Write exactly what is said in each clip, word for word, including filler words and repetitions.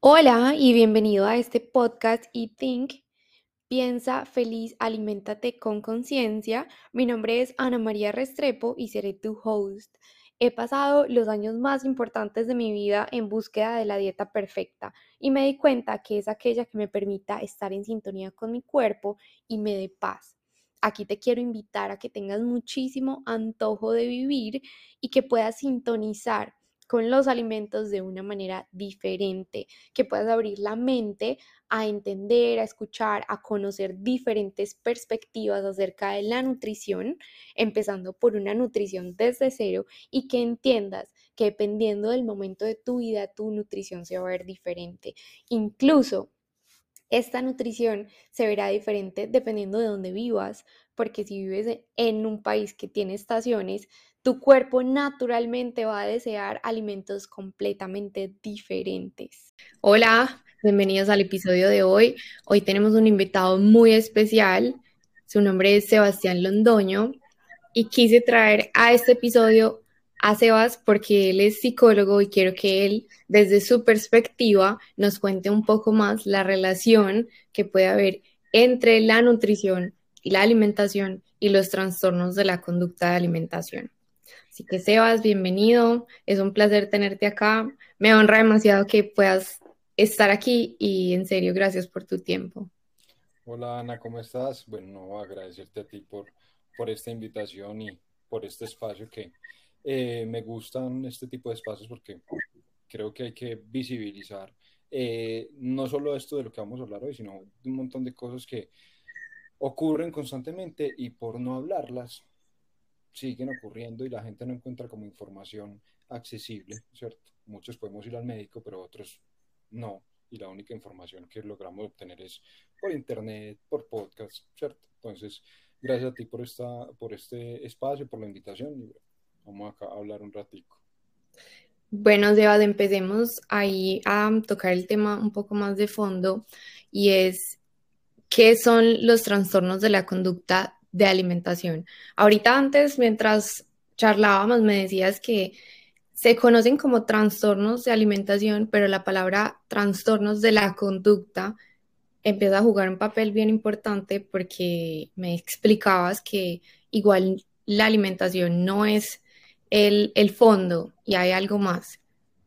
Hola y bienvenido a este podcast Eat Think. Piensa feliz, aliméntate con conciencia. Mi nombre es Ana María Restrepo y seré tu host. He pasado los años más importantes de mi vida en búsqueda de la dieta perfecta y me di cuenta que es aquella que me permita estar en sintonía con mi cuerpo y me dé paz. Aquí te quiero invitar a que tengas muchísimo antojo de vivir y que puedas sintonizar con los alimentos de una manera diferente, que puedas abrir la mente a entender, a escuchar, a conocer diferentes perspectivas acerca de la nutrición, empezando por una nutrición desde cero y que entiendas que dependiendo del momento de tu vida, tu nutrición se va a ver diferente. Incluso esta nutrición se verá diferente dependiendo de dónde vivas, porque si vives en un país que tiene estaciones, tu cuerpo naturalmente va a desear alimentos completamente diferentes. Hola, bienvenidos al episodio de hoy. Hoy tenemos un invitado muy especial. Su nombre es Sebastián Londoño y quise traer a este episodio a Sebas porque él es psicólogo y quiero que él, desde su perspectiva, nos cuente un poco más la relación que puede haber entre la nutrición y la alimentación y los trastornos de la conducta de alimentación. Así que Sebas, bienvenido. Es un placer tenerte acá. Me honra demasiado que puedas estar aquí y en serio, gracias por tu tiempo. Hola Ana, ¿cómo estás? Bueno, no, agradecerte a ti por, por esta invitación y por este espacio que eh, me gustan este tipo de espacios porque creo que hay que visibilizar eh, no solo esto de lo que vamos a hablar hoy, sino de un montón de cosas que ocurren constantemente y por no hablarlas siguen ocurriendo y la gente no encuentra como información accesible, ¿cierto? Muchos podemos ir al médico, pero otros no, y la única información que logramos obtener es por internet, por podcast, ¿cierto? Entonces, gracias a ti por, esta, por este espacio, por la invitación, y vamos acá a hablar un ratico. Bueno, Sebas, empecemos ahí a tocar el tema un poco más de fondo y es ¿qué son los trastornos de la conducta de alimentación? Ahorita antes, mientras charlábamos, me decías que se conocen como trastornos de alimentación, pero la palabra trastornos de la conducta empieza a jugar un papel bien importante porque me explicabas que igual la alimentación no es el, el fondo y hay algo más.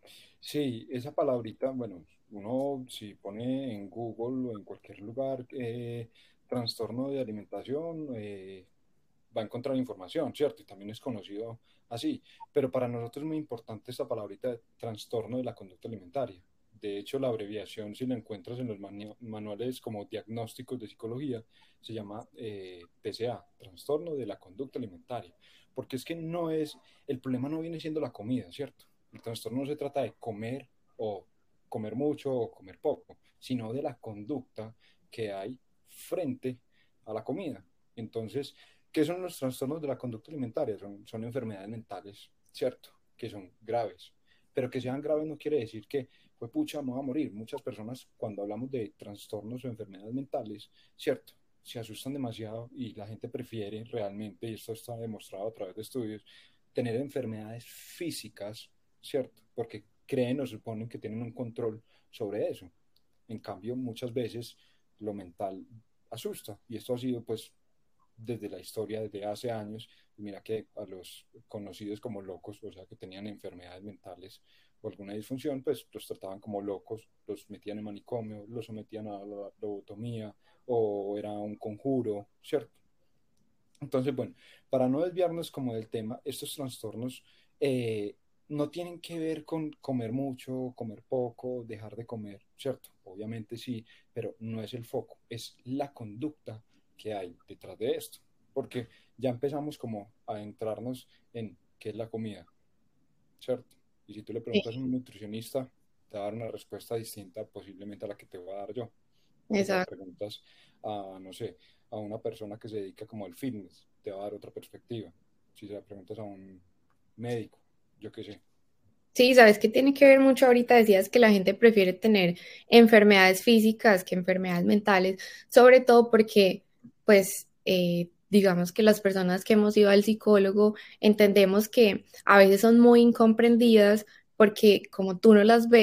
Sí, esa palabrita, bueno, uno si pone en Google o en cualquier lugar eh, trastorno de alimentación, eh, va a encontrar información, ¿cierto? Y también es conocido así. Pero para nosotros es muy importante esta palabrita de trastorno de la conducta alimentaria. De hecho, la abreviación, si la encuentras en los manu- manuales como diagnósticos de psicología, se llama eh, T C A, trastorno de la conducta alimentaria. Porque es que no es, el problema no viene siendo la comida, ¿cierto? El trastorno no se trata de comer o comer mucho o comer poco, sino de la conducta que hay frente a la comida. Entonces, ¿qué son los trastornos de la conducta alimentaria? Son, son enfermedades mentales, ¿cierto? Que son graves. Pero que sean graves no quiere decir que, pues pucha, me voy a morir. Muchas personas, cuando hablamos de trastornos o enfermedades mentales, ¿cierto? Se asustan demasiado y la gente prefiere realmente, y esto está demostrado a través de estudios, tener enfermedades físicas, ¿cierto? Porque creen o suponen que tienen un control sobre eso. En cambio, muchas veces lo mental asusta y esto ha sido pues desde la historia, desde hace años. Mira que a los conocidos como locos, o sea, que tenían enfermedades mentales o alguna disfunción, pues los trataban como locos, los metían en manicomio, los sometían a la lobotomía o era un conjuro, ¿cierto? Entonces, bueno, para no desviarnos como del tema, estos trastornos eh, no tienen que ver con comer mucho, comer poco, dejar de comer, ¿cierto? Obviamente sí, pero no es el foco, es la conducta que hay detrás de esto, porque ya empezamos como a entrarnos en qué es la comida, ¿cierto? Y si tú le preguntas a Sí, un nutricionista, te va a dar una respuesta distinta posiblemente a la que te voy a dar yo. Si se la exacto. preguntas a, no sé, a una persona que se dedica como al fitness, te va a dar otra perspectiva. Si se la preguntas a un médico, yo qué sé. Sí, sabes que tiene que ver mucho ahorita, decías que la gente prefiere tener enfermedades físicas que enfermedades mentales, sobre todo porque, pues, eh, digamos que las personas que hemos ido al psicólogo entendemos que a veces son muy incomprendidas porque como tú no las ves,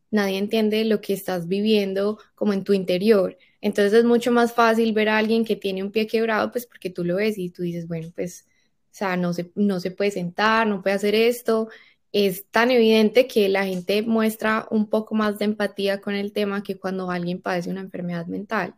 nadie entiende lo que estás viviendo como en tu interior. Entonces es mucho más fácil ver a alguien que tiene un pie quebrado, pues porque tú lo ves y tú dices, bueno, pues, o sea, no se, no se puede sentar, no puede hacer esto. Es tan evidente que la gente muestra un poco más de empatía con el tema que cuando alguien padece una enfermedad mental.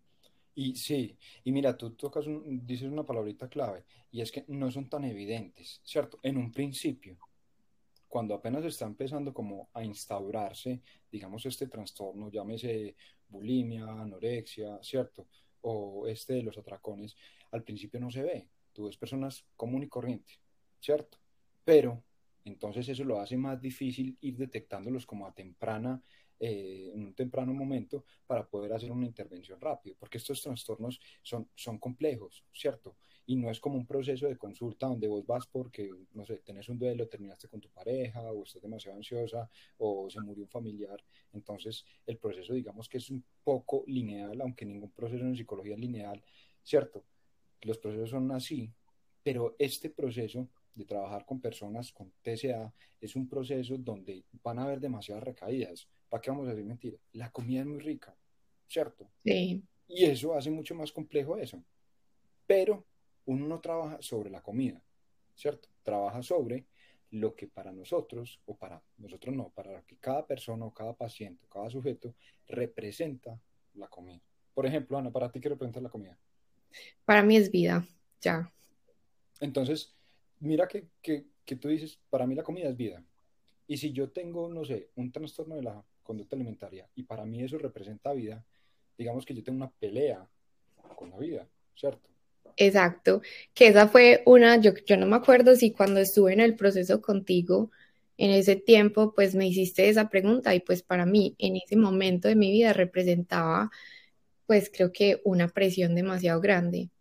Y sí, y mira, tú tocas un- dices una palabrita clave, y es que no son tan evidentes, ¿cierto? En un principio, cuando apenas está empezando como a instaurarse, digamos, este trastorno, llámese bulimia, anorexia, ¿cierto? O este de los atracones, al principio no se ve. Tú ves personas común y corriente, ¿cierto? Pero entonces eso lo hace más difícil ir detectándolos como a temprana, eh, en un temprano momento para poder hacer una intervención rápido, porque estos trastornos son, son complejos, ¿cierto? Y no es como un proceso de consulta donde vos vas porque, no sé, tenés un duelo, terminaste con tu pareja, o estás demasiado ansiosa, o se murió un familiar. Entonces, el proceso, digamos que es un poco lineal, aunque ningún proceso en psicología es lineal, ¿cierto? Los procesos son así, pero este proceso de trabajar con personas con T C A es un proceso donde van a haber demasiadas recaídas. ¿Para qué vamos a decir mentira? La comida es muy rica, ¿cierto? Sí. Y eso hace mucho más complejo eso. Pero uno no trabaja sobre la comida, ¿cierto? Trabaja sobre lo que para nosotros, o para nosotros no, para lo que cada persona o cada paciente o cada sujeto representa la comida. Por ejemplo, Ana, ¿para ti qué representa la comida? Para mí es vida, ya. Entonces, mira que, que, que tú dices, para mí la comida es vida. Y si yo tengo, no sé, un trastorno de la conducta alimentaria y para mí eso representa vida, digamos que yo tengo una pelea con la vida, ¿cierto? Exacto, que esa fue una, yo, yo no me acuerdo si cuando estuve en el proceso contigo, en ese tiempo, pues me hiciste esa pregunta y pues para mí en ese momento de mi vida representaba, pues creo que una presión demasiado grande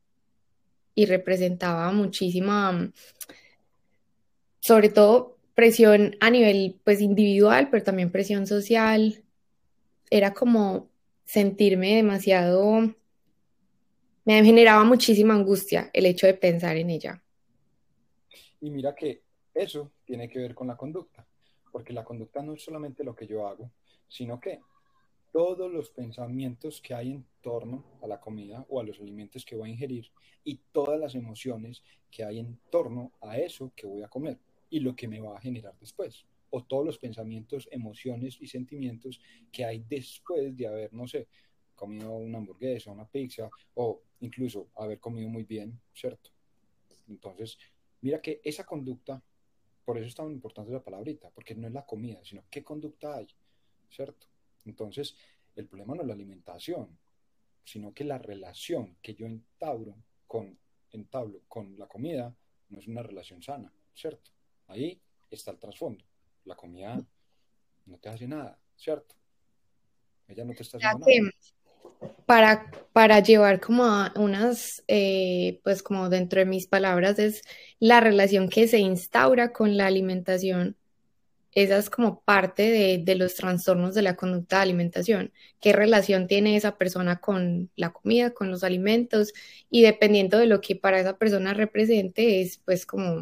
y representaba muchísima, mm, sobre todo presión a nivel pues individual, pero también presión social. Era como sentirme demasiado, me generaba muchísima angustia el hecho de pensar en ella. Y mira que eso tiene que ver con la conducta, porque la conducta no es solamente lo que yo hago, sino que todos los pensamientos que hay en torno a la comida o a los alimentos que voy a ingerir y todas las emociones que hay en torno a eso que voy a comer y lo que me va a generar después. O todos los pensamientos, emociones y sentimientos que hay después de haber, no sé, comido una hamburguesa, una pizza o incluso haber comido muy bien, ¿cierto? Entonces, mira que esa conducta, por eso es tan importante la palabrita, porque no es la comida, sino qué conducta hay, ¿cierto? Entonces, el problema no es la alimentación, sino que la relación que yo entablo con, entablo con la comida no es una relación sana, ¿cierto? Ahí está el trasfondo. La comida no te hace nada, ¿cierto? Ella no te está Ya haciendo nada. que para, para llevar como a unas, eh, pues como dentro de mis palabras, es la relación que se instaura con la alimentación. Esa es como parte de, de los trastornos de la conducta de alimentación. ¿Qué relación tiene esa persona con la comida, con los alimentos? Y dependiendo de lo que para esa persona represente, es pues como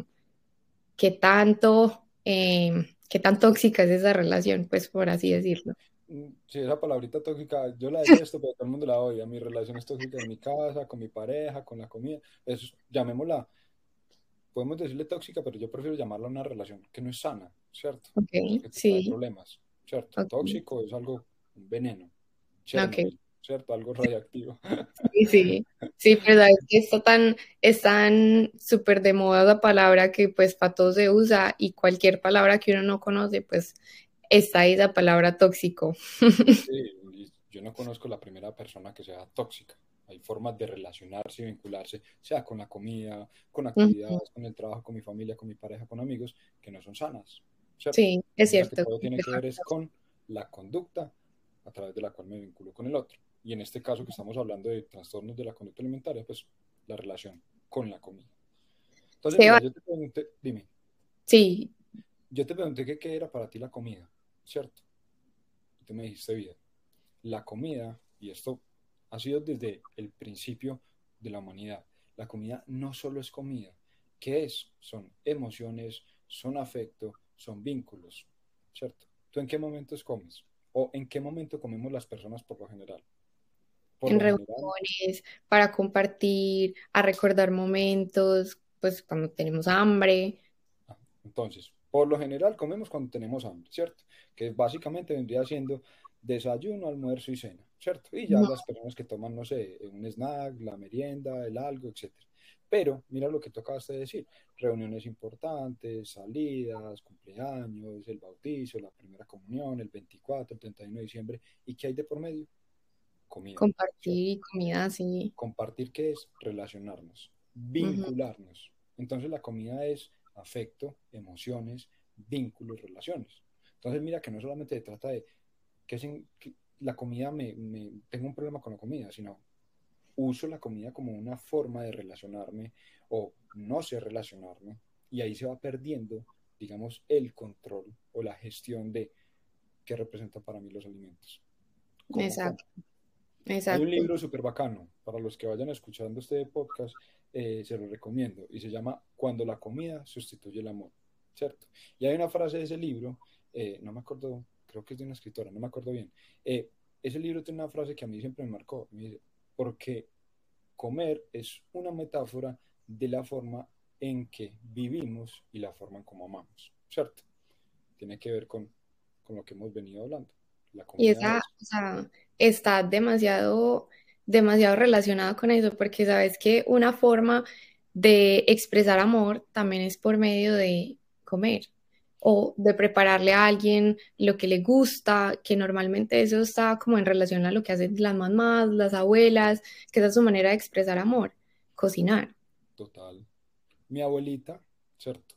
qué tanto, eh, qué tan tóxica es esa relación, pues por así decirlo. Mm, sí, esa palabrita tóxica, yo la detesto, pero todo el mundo la odia. Mi relación es tóxica en mi casa, con mi pareja, con la comida. Eso, llamémosla, podemos decirle tóxica, pero yo prefiero llamarla una relación que no es sana, ¿cierto? Ok, Porque te trae sí, problemas, ¿cierto? ok, Tóxico es algo, un veneno, ok. Chernobyl, ¿cierto? Algo radiactivo. Sí, sí, sí, pero sabes que está tan, es tan súper de moda la palabra que pues para todo se usa y cualquier palabra que uno no conoce, pues está ahí la palabra tóxico. Sí, y yo no conozco la primera persona que sea tóxica. Hay formas de relacionarse y vincularse, sea con la comida, con Ujú. actividades, con el trabajo, con mi familia, con mi pareja, con amigos, que no son sanas, ¿cierto? Sí, es Mira que cierto. todo tiene que ver es con la conducta a través de la cual me vinculo con el otro. Y en este caso que estamos hablando de trastornos de la conducta alimentaria, pues la relación con la comida. Entonces, Seba, mira, yo te pregunté, dime, sí, yo te pregunté que qué era para ti la comida, ¿cierto? Y tú me dijiste vida. La comida, y esto ha sido desde el principio de la humanidad, la comida no solo es comida. ¿Qué es? Son emociones, son afecto, son vínculos, ¿cierto? ¿Tú en qué momentos comes? ¿O en qué momento comemos las personas por lo general? Por En lo general, reuniones, para compartir, a recordar momentos, pues cuando tenemos hambre. ah, entonces, por lo general comemos cuando tenemos hambre, ¿cierto? Que básicamente vendría siendo desayuno, almuerzo y cena, ¿cierto? Y ya Ujú. las personas que toman, no sé, un snack, la merienda, el algo, etcétera. Pero mira lo que tocaste de decir, reuniones importantes, salidas, cumpleaños, el bautizo, la primera comunión, el veinticuatro, el treinta y uno de diciembre, ¿y qué hay de por medio? Comida, ¿cierto? Compartir comida, sí. Compartir, ¿qué es? Relacionarnos, Ujú. vincularnos. Entonces la comida es afecto, emociones, vínculos, relaciones. Entonces mira que no solamente se trata de que, sin, que la comida me, me, tengo un problema con la comida, sino uso la comida como una forma de relacionarme o no sé relacionarme y ahí se va perdiendo, digamos, el control o la gestión de qué representan para mí los alimentos. ¿Cómo como? Exacto, Hay un exacto. libro súper bacano, para los que vayan escuchando este podcast, eh, se lo recomiendo, y se llama Cuando la comida sustituye el amor, ¿cierto? Y hay una frase de ese libro, eh, no me acuerdo, creo que es de una escritora, no me acuerdo bien. Eh, ese libro tiene una frase que a mí siempre me marcó, me dice, porque comer es una metáfora de la forma en que vivimos y la forma en cómo amamos, ¿cierto? Tiene que ver con, con lo que hemos venido hablando. La Y comida esa, es, o sea, está demasiado, demasiado relacionada con eso, porque sabes que una forma de expresar amor también es por medio de comer o de prepararle a alguien lo que le gusta, que normalmente eso está como en relación a lo que hacen las mamás, las abuelas, que esa es su manera de expresar amor, cocinar. total. Mi abuelita, ¿cierto?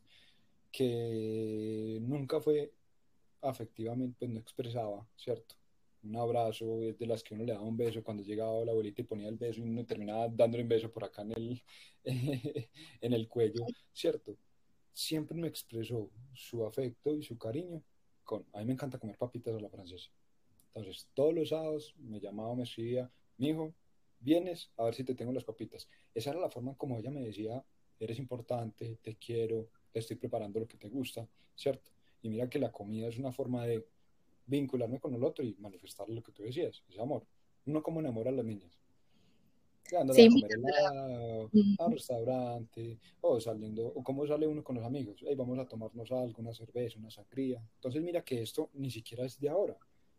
Que nunca fue afectivamente, pues no expresaba, ¿cierto? Un abrazo es de las que uno le daba un beso cuando llegaba la abuelita y ponía el beso y uno terminaba dándole un beso por acá en el, en el cuello, ¿cierto? Siempre me expresó su afecto y su cariño con, a mí me encanta comer papitas a la francesa. Entonces, todos los sábados me llamaba, me escribía, mi hijo, vienes a ver si te tengo las papitas. Esa era la forma como ella me decía, eres importante, te quiero, te estoy preparando lo que te gusta, ¿cierto? Y mira que la comida es una forma de vincularme con el otro y manifestar lo que tú decías, ese amor. Uno como enamora a las niñas, dándole a Sí, comer mira, helado, a un ujú. restaurante, o saliendo, o cómo sale uno con los amigos, hey, vamos a tomarnos algo, una cerveza, una sangría. Entonces mira que esto ni siquiera es de ahora,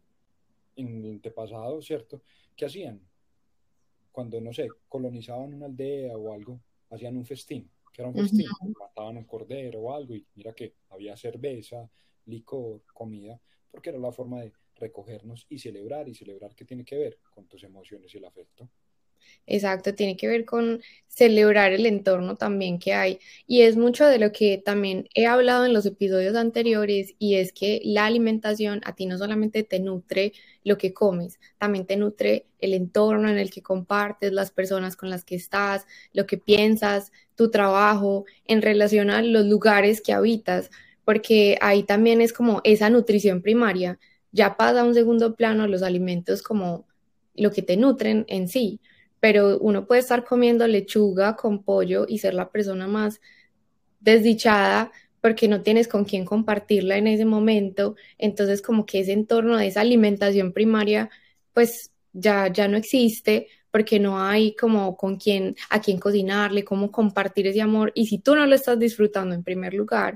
en el antepasado, ¿cierto? ¿Qué hacían? Cuando, no sé, colonizaban una aldea o algo, hacían un festín, que era un festín, Ujú. mataban un cordero o algo y mira que había cerveza, licor, comida, porque era la forma de recogernos y celebrar y celebrar qué tiene que ver con tus emociones y el afecto. Exacto, tiene que ver con celebrar el entorno también que hay. Y es mucho de lo que también he hablado en los episodios anteriores, y es que la alimentación a ti no solamente te nutre lo que comes, también te nutre el entorno en el que compartes, las personas con las que estás, lo que piensas, tu trabajo, en relación a los lugares que habitas, porque ahí también es como esa nutrición primaria. Ya pasa a un segundo plano los alimentos como lo que te nutren en sí, pero uno puede estar comiendo lechuga con pollo y ser la persona más desdichada porque no tienes con quién compartirla en ese momento. Entonces, como que ese entorno de esa alimentación primaria, pues ya, ya no existe porque no hay como con quién, a quién cocinarle, cómo compartir ese amor. Y si tú no lo estás disfrutando en primer lugar,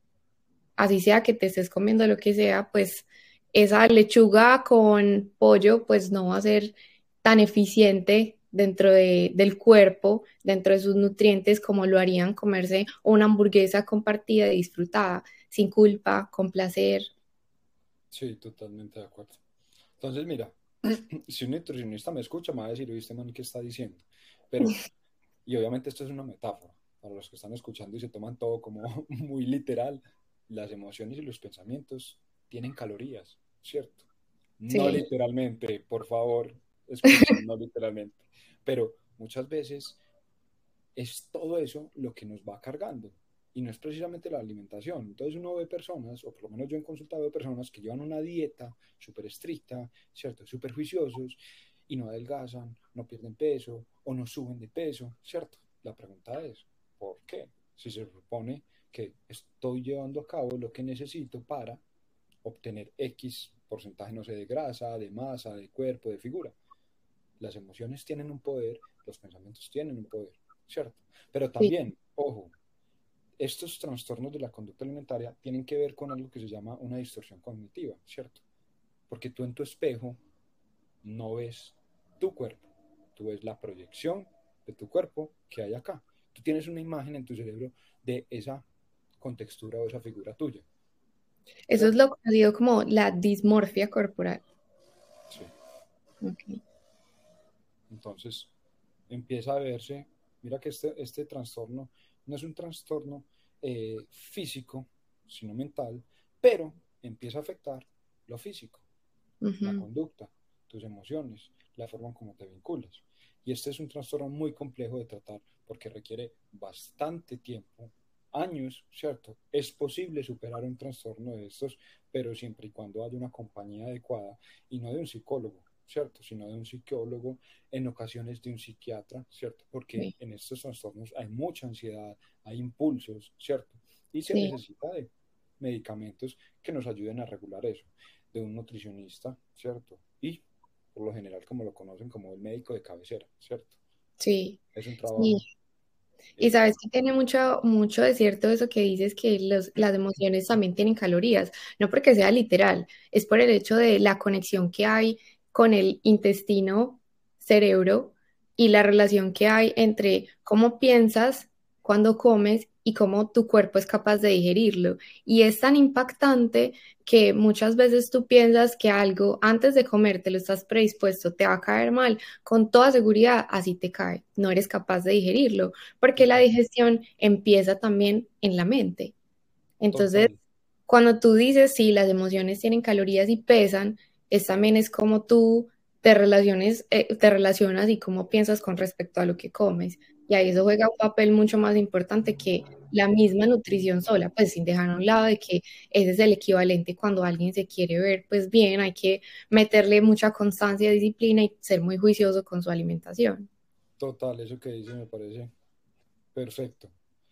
así sea que te estés comiendo lo que sea, pues esa lechuga con pollo pues no va a ser tan eficiente dentro de, del cuerpo, dentro de sus nutrientes, como lo harían comerse una hamburguesa compartida y disfrutada, sin culpa, con placer. Sí, totalmente de acuerdo. Entonces, mira, si un nutricionista me escucha, me va a decir, oye, este man, ¿qué está diciendo? Pero, y obviamente esto es una metáfora, para los que están escuchando y se toman todo como muy literal, las emociones y los pensamientos tienen calorías, ¿cierto? No Sí, literalmente, por favor, escuchen, no literalmente, pero muchas veces es todo eso lo que nos va cargando y no es precisamente la alimentación. Entonces uno ve personas, o por lo menos yo en consulta veo personas que llevan una dieta súper estricta, ¿cierto? Súper juiciosos y no adelgazan, no pierden peso o no suben de peso, ¿cierto? La pregunta es, ¿por qué? Si se supone que estoy llevando a cabo lo que necesito para obtener X porcentaje, no sé, de grasa, de masa, de cuerpo, de figura. Las emociones tienen un poder, los pensamientos tienen un poder, ¿cierto? Pero Sí. también, ojo, estos trastornos de la conducta alimentaria tienen que ver con algo que se llama una distorsión cognitiva, ¿cierto? Porque tú en tu espejo no ves tu cuerpo, tú ves la proyección de tu cuerpo que hay acá. Tú tienes una imagen en tu cerebro de esa contextura o esa figura tuya, Eso es ¿cierto? lo conocido como la dismorfia corporal. Sí. Ok. Entonces empieza a verse, mira que este, este trastorno no es un trastorno eh, físico, sino mental, pero empieza a afectar lo físico, la Ujú. conducta, tus emociones, la forma en cómo te vinculas. Y este es un trastorno muy complejo de tratar porque requiere bastante tiempo, años, ¿cierto? Es posible superar un trastorno de estos, pero siempre y cuando haya una compañía adecuada y no de un psicólogo, ¿cierto? Sino de un psicólogo, en ocasiones de un psiquiatra, ¿cierto? Porque Sí, en estos trastornos hay mucha ansiedad, hay impulsos, ¿cierto? Y se sí, necesita de medicamentos que nos ayuden a regular eso, de un nutricionista, ¿cierto? Y por lo general, como lo conocen, como el médico de cabecera, ¿cierto? sí, Es un sí. trabajo Y sabes enorme. que tiene mucho, mucho de cierto eso que dices que los, las emociones también tienen calorías, no porque sea literal, es por el hecho de la conexión que hay con el intestino, cerebro y la relación que hay entre cómo piensas cuando comes y cómo tu cuerpo es capaz de digerirlo. Y es tan impactante que muchas veces tú piensas que algo antes de comer te lo estás predispuesto, te va a caer mal, con toda seguridad así te cae, no eres capaz de digerirlo porque la Total, digestión empieza también en la mente. Entonces, total, cuando tú dices, sí, las emociones tienen calorías y pesan, es también es como tú te relaciones, eh, te relacionas y cómo piensas con respecto a lo que comes. Y ahí eso juega un papel mucho más importante que la misma nutrición sola, pues sin dejar a un lado de que ese es el equivalente cuando alguien se quiere ver, pues bien, hay que meterle mucha constancia, disciplina y ser muy juicioso con su alimentación. total, eso que dice me parece perfecto.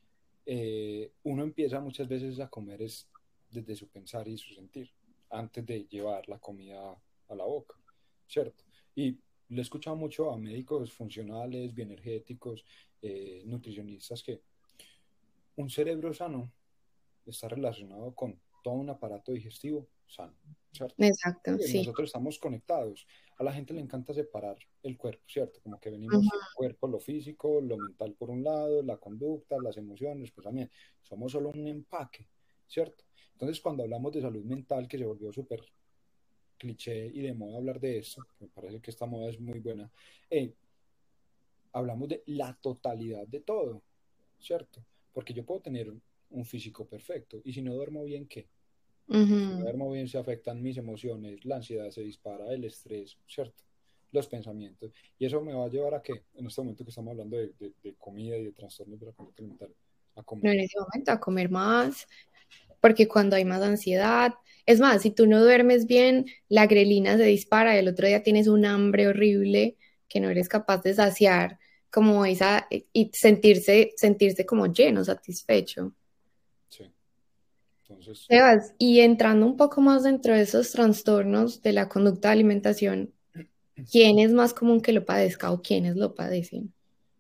Eh, uno empieza muchas veces a comer es desde su pensar y su sentir, antes de llevar la comida a la boca, ¿cierto? Y le he escuchado mucho a médicos funcionales, bioenergéticos, eh, nutricionistas, que un cerebro sano está relacionado con todo un aparato digestivo sano, ¿cierto? Exacto, Y sí. nosotros estamos conectados. A la gente le encanta separar el cuerpo, ¿cierto? Como que venimos Ujú. cuerpo, lo físico, lo mental por un lado, la conducta, las emociones, pues también. Somos solo un empaque, ¿cierto? Entonces, cuando hablamos de salud mental, que se volvió súper cliché y de moda hablar de esto, me parece que esta moda es muy buena, eh, hablamos de la totalidad de todo, ¿cierto? Porque yo puedo tener un físico perfecto y si no duermo bien, ¿qué? Si no Ujú. duermo bien, se afectan mis emociones, la ansiedad se dispara, el estrés, ¿cierto? Los pensamientos. Y eso me va a llevar a qué, en este momento que estamos hablando de, de, de comida y de trastornos de la conducta alimentaria, a No comer. en ese momento, a comer más, porque cuando hay más ansiedad, es más, si tú no duermes bien, la grelina se dispara y el otro día tienes un hambre horrible que no eres capaz de saciar, como esa, y sentirse, sentirse como lleno, satisfecho. Sí. Entonces, Sebas, y entrando un poco más dentro de esos trastornos de la conducta de alimentación, ¿quién es más común que lo padezca o quiénes lo padecen?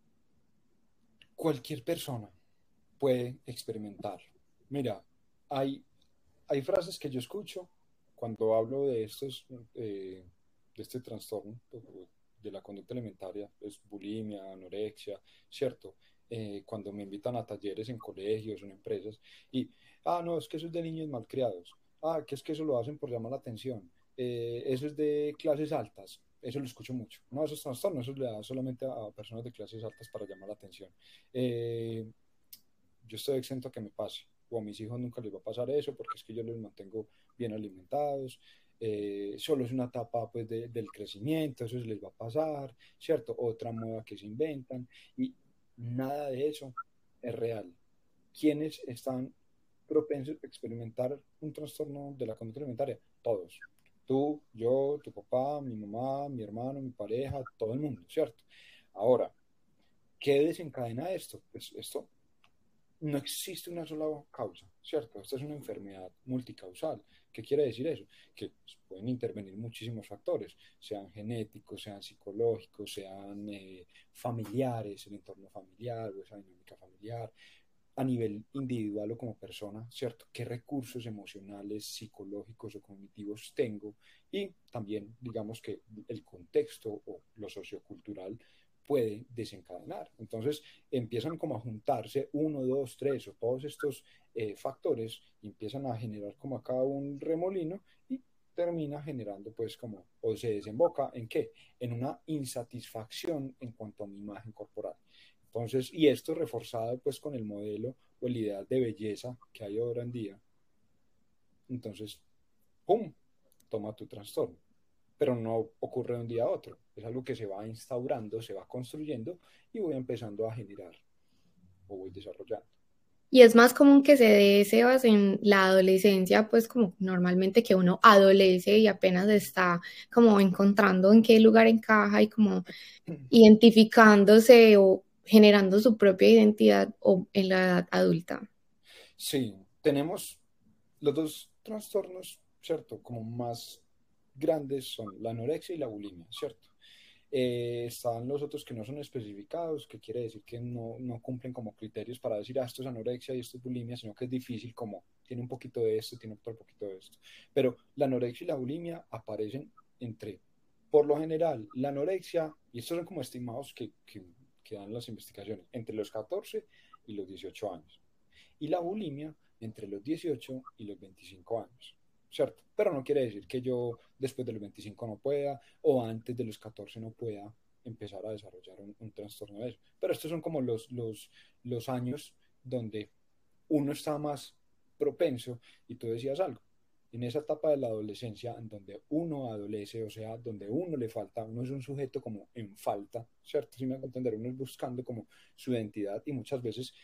cualquier persona puede experimentar. Mira, hay, hay frases que yo escucho cuando hablo de estos, eh, de este trastorno de la conducta alimentaria, es bulimia, anorexia, ¿cierto? Eh, cuando me invitan a talleres en colegios o en empresas y, ah, no, es que eso es de niños malcriados, ah, que es que eso lo hacen por llamar la atención, eh, eso es de clases altas, eso lo escucho mucho. No, esos trastornos, eso le da solamente a, a personas de clases altas para llamar la atención. Eh, yo estoy exento a que me pase, o a mis hijos nunca les va a pasar eso, porque es que yo los mantengo bien alimentados, eh, solo es una etapa pues de, del crecimiento, eso se les va a pasar, ¿cierto? Otra moda que se inventan, y nada de eso es real. ¿Quiénes están propensos a experimentar un trastorno de la conducta alimentaria? Todos. Tú, yo, tu papá, mi mamá, mi hermano, mi pareja, todo el mundo, ¿cierto? Ahora, ¿qué desencadena esto? Pues esto no existe una sola causa. ¿cierto? Esta es una enfermedad multicausal. ¿Qué quiere decir eso? Que pueden intervenir muchísimos factores, sean genéticos, sean psicológicos, sean eh, familiares, el entorno familiar o esa dinámica familiar, a nivel individual o como persona, ¿cierto? ¿Qué recursos emocionales, psicológicos o cognitivos tengo? Y también, digamos que el contexto o lo sociocultural puede desencadenar. Entonces empiezan como a juntarse uno, dos, tres o todos estos eh, factores y empiezan a generar como acá un remolino y termina generando pues como, o se desemboca en qué? En una insatisfacción en cuanto a mi imagen corporal. Entonces, y esto reforzado pues con el modelo o el ideal de belleza que hay ahora en día. Entonces, ¡pum!, toma tu trastorno. Pero no ocurre de un día a otro. Es algo que se va instaurando, se va construyendo y voy empezando a generar o voy desarrollando. Y es más común que se dé, Sebas, en la adolescencia, pues como normalmente que uno adolece y apenas está como encontrando en qué lugar encaja y como identificándose o generando su propia identidad o en la edad adulta. Sí, tenemos los dos trastornos, ¿cierto? Como más grandes son la anorexia y la bulimia, ¿cierto? Eh, están los otros que no son especificados, que quiere decir que no, no cumplen como criterios para decir, ah, esto es anorexia y esto es bulimia, sino que es difícil como, tiene un poquito de esto, tiene otro poquito de esto. Pero la anorexia y la bulimia aparecen entre, por lo general, la anorexia, y estos son como estimados que, que, que dan las investigaciones, entre los catorce y los dieciocho años. Y la bulimia entre los dieciocho y los veinticinco años. ¿Cierto? Pero no quiere decir que yo después de los veinticinco no pueda o antes de los catorce no pueda empezar a desarrollar un, un trastorno de eso. Pero estos son como los, los, los años donde uno está más propenso y tú decías algo. En esa etapa de la adolescencia, en donde uno adolece, o sea, donde uno le falta, uno es un sujeto como en falta, ¿cierto? Si me hago entender, uno es buscando como su identidad y muchas veces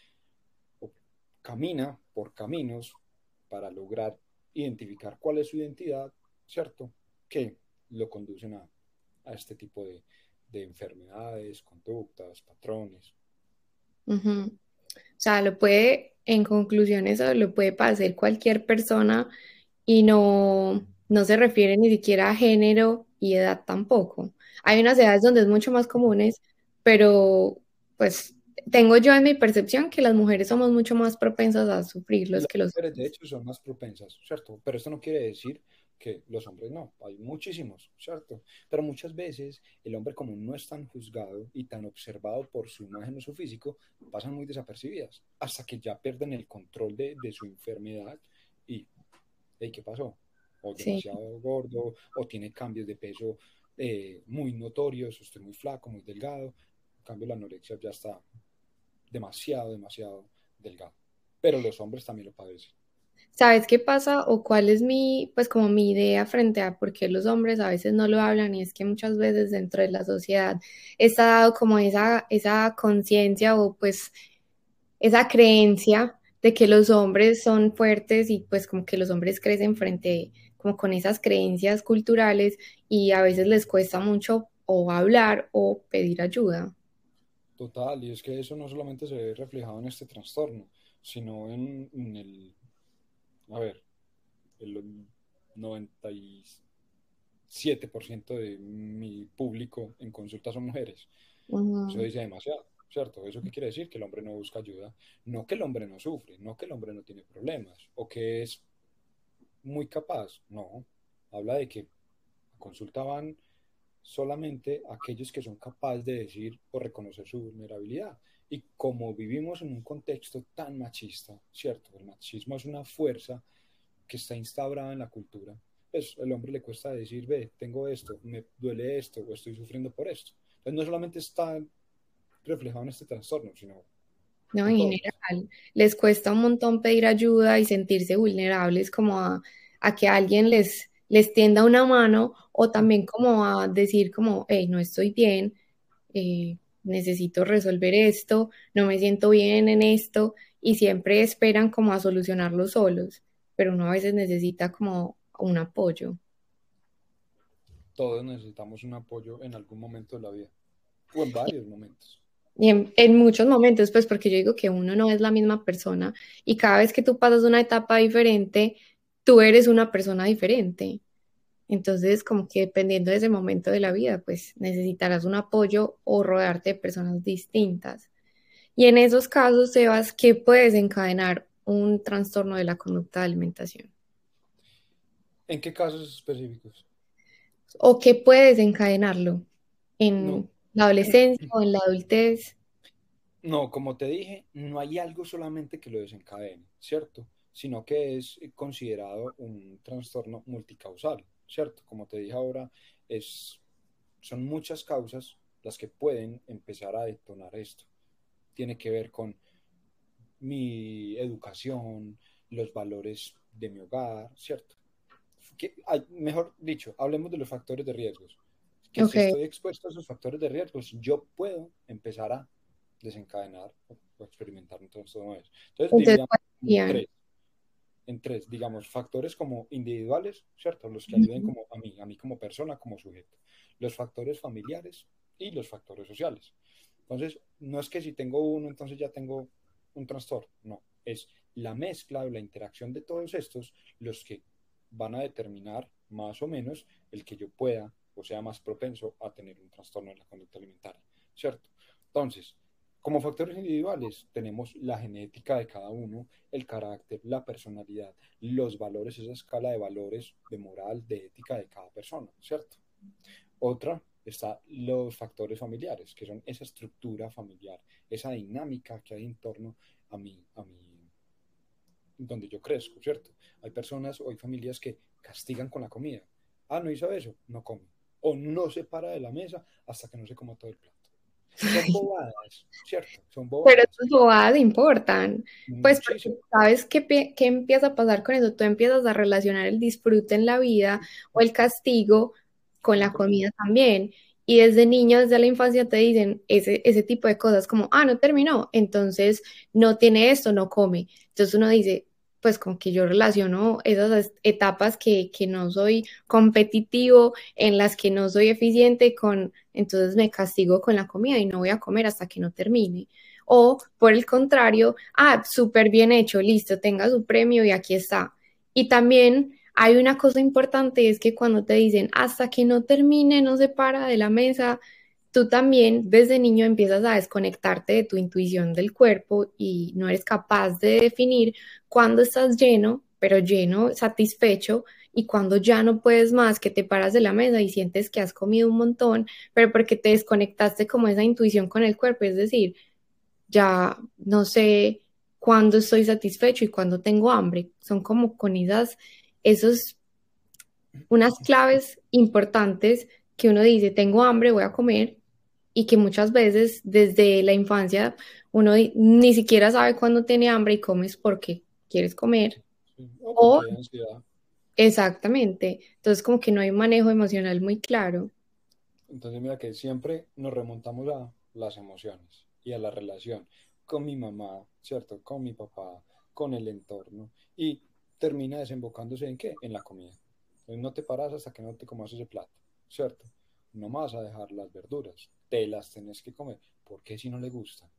camina por caminos para lograr identificar cuál es su identidad, ¿cierto? Que lo conducen a, a este tipo de, de enfermedades, conductas, patrones. Ujú. O sea, lo puede, en conclusión, eso lo puede padecer cualquier persona y no, no se refiere ni siquiera a género y edad tampoco. Hay unas edades donde es mucho más comunes, pero pues tengo yo en mi percepción que las mujeres somos mucho más propensas a sufrirlos Las que los mujeres, de hombres. hecho, son más propensas, ¿cierto? Pero esto no quiere decir que los hombres no, hay muchísimos, ¿cierto? Pero muchas veces el hombre como no es tan juzgado y tan observado por su imagen o su físico, pasan muy desapercibidas hasta que ya pierden el control de, de su enfermedad y, hey, ¿qué pasó? O Sí. demasiado gordo, o tiene cambios de peso eh, muy notorios, o estoy muy flaco, muy delgado. En cambio, la anorexia ya está demasiado, demasiado delgado. Pero los hombres también lo padecen. ¿Sabes qué pasa o cuál es mi, pues como mi idea frente a por qué los hombres a veces no lo hablan? Y es que muchas veces dentro de la sociedad está dado como esa, esa conciencia o pues esa creencia de que los hombres son fuertes y pues como que los hombres crecen frente como con esas creencias culturales y a veces les cuesta mucho o hablar o pedir ayuda. Total, y es que eso no solamente se ve reflejado en este trastorno, sino en, en el, a ver, el noventa y siete por ciento de mi público en consulta son mujeres. Eso Ujú. dice demasiado, ¿cierto? ¿Eso qué quiere decir? Que el hombre no busca ayuda. No que el hombre no sufre, no que el hombre no tiene problemas, o que es muy capaz, no. Habla de que a consulta van solamente aquellos que son capaces de decir o reconocer su vulnerabilidad. Y como vivimos en un contexto tan machista, ¿cierto? El machismo es una fuerza que está instaurada en la cultura. Pues el hombre le cuesta decir, ve, tengo esto, me duele esto o estoy sufriendo por esto. Entonces no solamente está reflejado en este trastorno, sino No, en en todos. general, les cuesta un montón pedir ayuda y sentirse vulnerables como a, a que alguien les, les tienda una mano o también como a decir como, hey, no estoy bien, eh, necesito resolver esto, no me siento bien en esto y siempre esperan como a solucionarlo solos, pero uno a veces necesita como un apoyo. Todos necesitamos un apoyo en algún momento de la vida o en varios momentos. Y en, en muchos momentos, pues porque yo digo que uno no es la misma persona y cada vez que tú pasas una etapa diferente, tú eres una persona diferente. Entonces, como que dependiendo de ese momento de la vida, pues necesitarás un apoyo o rodearte de personas distintas. Y en esos casos, Sebas, ¿qué puede desencadenar un trastorno de la conducta de alimentación? ¿En qué casos específicos? ¿O qué puede desencadenarlo No, en la adolescencia o en la adultez? no, como te dije, no hay algo solamente que lo desencadene, ¿cierto? Sino que es considerado un trastorno multicausal, ¿cierto? Como te dije ahora, es, son muchas causas las que pueden empezar a detonar esto. Tiene que ver con mi educación, los valores de mi hogar, ¿cierto? Que, ay, mejor dicho, hablemos de los factores de riesgos. Que Ok, si estoy expuesto a esos factores de riesgos, yo puedo empezar a desencadenar o, o experimentar un trastorno de eso. Entonces, entonces, dividamos ¿cuáles en serían? tres, en tres, digamos, factores como individuales, ¿cierto? Los que ayuden Ujú. como a mí, a mí como persona, como sujeto. Los factores familiares y los factores sociales. Entonces, no es que si tengo uno, entonces ya tengo un trastorno. No, es la mezcla o la interacción de todos estos los que van a determinar más o menos el que yo pueda o sea más propenso a tener un trastorno de la conducta alimentaria, ¿cierto? Entonces, como factores individuales tenemos la genética de cada uno, el carácter, la personalidad, los valores, esa escala de valores, de moral, de ética de cada persona, ¿cierto? Otra está los factores familiares, que son esa estructura familiar, esa dinámica que hay en torno a mí, a mí, donde yo crezco, ¿cierto? Hay personas o hay familias que castigan con la comida. Ah, no hizo eso, no come. O no se para de la mesa hasta que no se coma todo el plato. Son bobadas, ¿cierto? Son Pero bobadas. esas bobadas importan. Pues Muchísimo. porque sabes qué, pi- qué empieza a pasar con eso. Tú empiezas a relacionar el disfrute en la vida o el castigo con Con la la comida. comida también. Y desde niño, desde la infancia, te dicen ese, ese tipo de cosas como, ah, no terminó, entonces no tiene esto, no come. Entonces uno dice, pues como que yo relaciono esas es- etapas que, que no soy competitivo, en las que no soy eficiente con, entonces me castigo con la comida y no voy a comer hasta que no termine. O por el contrario, ah, súper bien hecho, listo, tenga su premio y aquí está. Y también hay una cosa importante, es que cuando te dicen hasta que no termine, no se para de la mesa, tú también desde niño empiezas a desconectarte de tu intuición del cuerpo y no eres capaz de definir cuándo estás lleno, pero lleno, satisfecho, y cuando ya no puedes más, que te paras de la mesa y sientes que has comido un montón, pero porque te desconectaste como esa intuición con el cuerpo, es decir, ya no sé cuándo estoy satisfecho y cuándo tengo hambre. Son como con esas, esos, unas claves importantes que uno dice, tengo hambre, voy a comer, y que muchas veces desde la infancia uno di- ni siquiera sabe cuándo tiene hambre y comes porque quieres comer. Sí. O O porque hay ansiedad. exactamente. Entonces como que no hay un manejo emocional muy claro. Entonces, mira que siempre nos remontamos a las emociones y a la relación con mi mamá, ¿cierto? Con mi papá, con el entorno. Y termina desembocándose en qué? En la comida. Entonces, no te paras hasta que no te comas ese plato, ¿cierto? No vas a dejar las verduras, te las tenés que comer. ¿Por qué si no le gustan?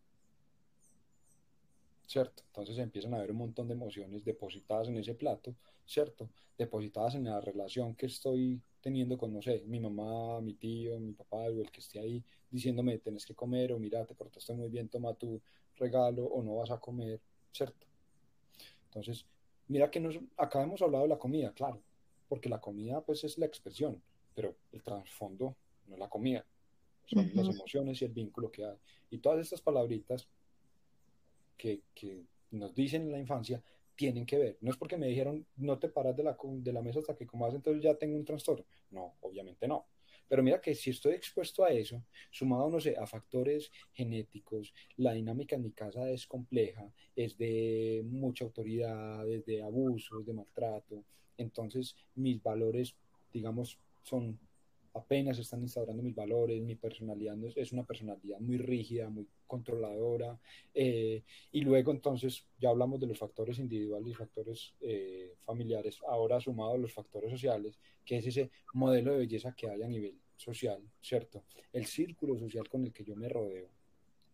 ¿Cierto? Entonces empiezan a haber un montón de emociones depositadas en ese plato, ¿cierto? Depositadas en la relación que estoy teniendo con, no sé, mi mamá, mi tío, mi papá, o el que esté ahí diciéndome, tenés que comer, o mira, te portaste muy bien, toma tu regalo, o no vas a comer, ¿cierto? Entonces, mira que nos, acá hemos hablado de la comida, claro, porque la comida pues es la expresión, pero el trasfondo no es la comida, son las Ujú. emociones y el vínculo que hay. Y todas estas palabritas que, que nos dicen en la infancia tienen que ver. No es porque me dijeron no te paras de la, de la mesa hasta que comas, entonces ya tengo un trastorno. No, obviamente no. Pero mira que si estoy expuesto a eso, sumado, no sé, a factores genéticos, la dinámica en mi casa es compleja, es de mucha autoridad, es de abusos, de maltrato. Entonces, mis valores, digamos, son apenas están instaurando mis valores, mi personalidad no es, es una personalidad muy rígida, muy controladora, eh, y luego entonces ya hablamos de los factores individuales y factores eh, familiares, ahora sumado a los factores sociales, que es ese modelo de belleza que hay a nivel social, ¿cierto? El círculo social con el que yo me rodeo.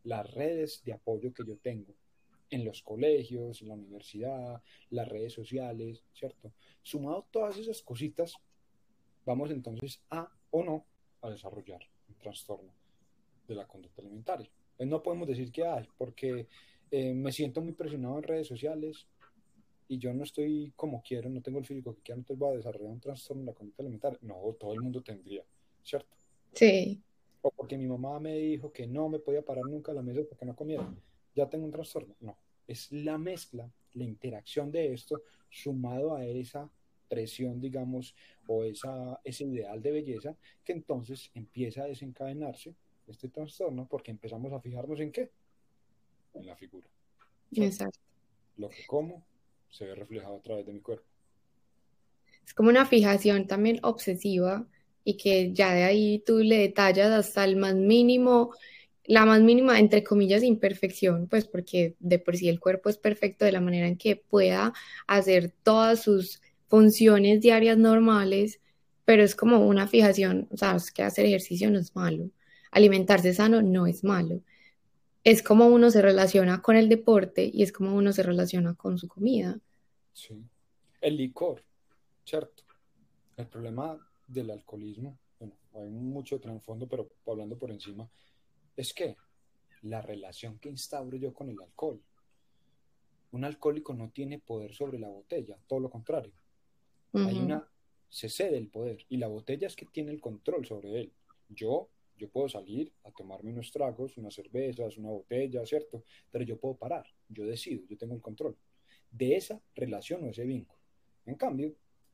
las redes de apoyo que yo tengo en los colegios, en la universidad, las redes sociales, ¿cierto? Sumado todas esas cositas, vamos entonces a o no a desarrollar un trastorno de la conducta alimentaria. Entonces no podemos decir que hay, porque eh, me siento muy presionado en redes sociales y yo no estoy como quiero, no tengo el físico que quiero, entonces voy a desarrollar un trastorno de la conducta alimentaria. No, todo el mundo tendría, ¿cierto? Sí, O porque mi mamá me dijo que no me podía parar nunca a la mesa porque no comiera. Ya tengo un trastorno. No, es la mezcla, la interacción de esto sumado a esa presión, digamos, o esa, ese ideal de belleza que entonces empieza a desencadenarse este trastorno porque empezamos a fijarnos en qué, en la figura, ¿cierto? exacto. Lo que como se ve reflejado a través de mi cuerpo. Es como una fijación también obsesiva y que ya de ahí tú le detallas hasta el más mínimo, la más mínima, entre comillas, imperfección, pues porque de por sí el cuerpo es perfecto de la manera en que pueda hacer todas sus funciones diarias normales, pero es como una fijación, o sea, es que hacer ejercicio no es malo, alimentarse sano no es malo. Es como uno se relaciona con el deporte y es como uno se relaciona con su comida. ¿Sí? El licor, ¿cierto? El problema del alcoholismo, bueno, hay mucho trasfondo, pero hablando por encima, es que la relación que instauro yo con el alcohol. Un alcohólico no tiene poder sobre la botella, todo lo contrario. Hay Ujú. una, se cede el poder y la botella es que tiene el control sobre él. Yo, yo puedo salir a tomarme unos tragos, unas cervezas, una botella, ¿cierto? Pero yo puedo parar, yo decido, yo tengo el control de esa relación o ese vínculo. En cambio,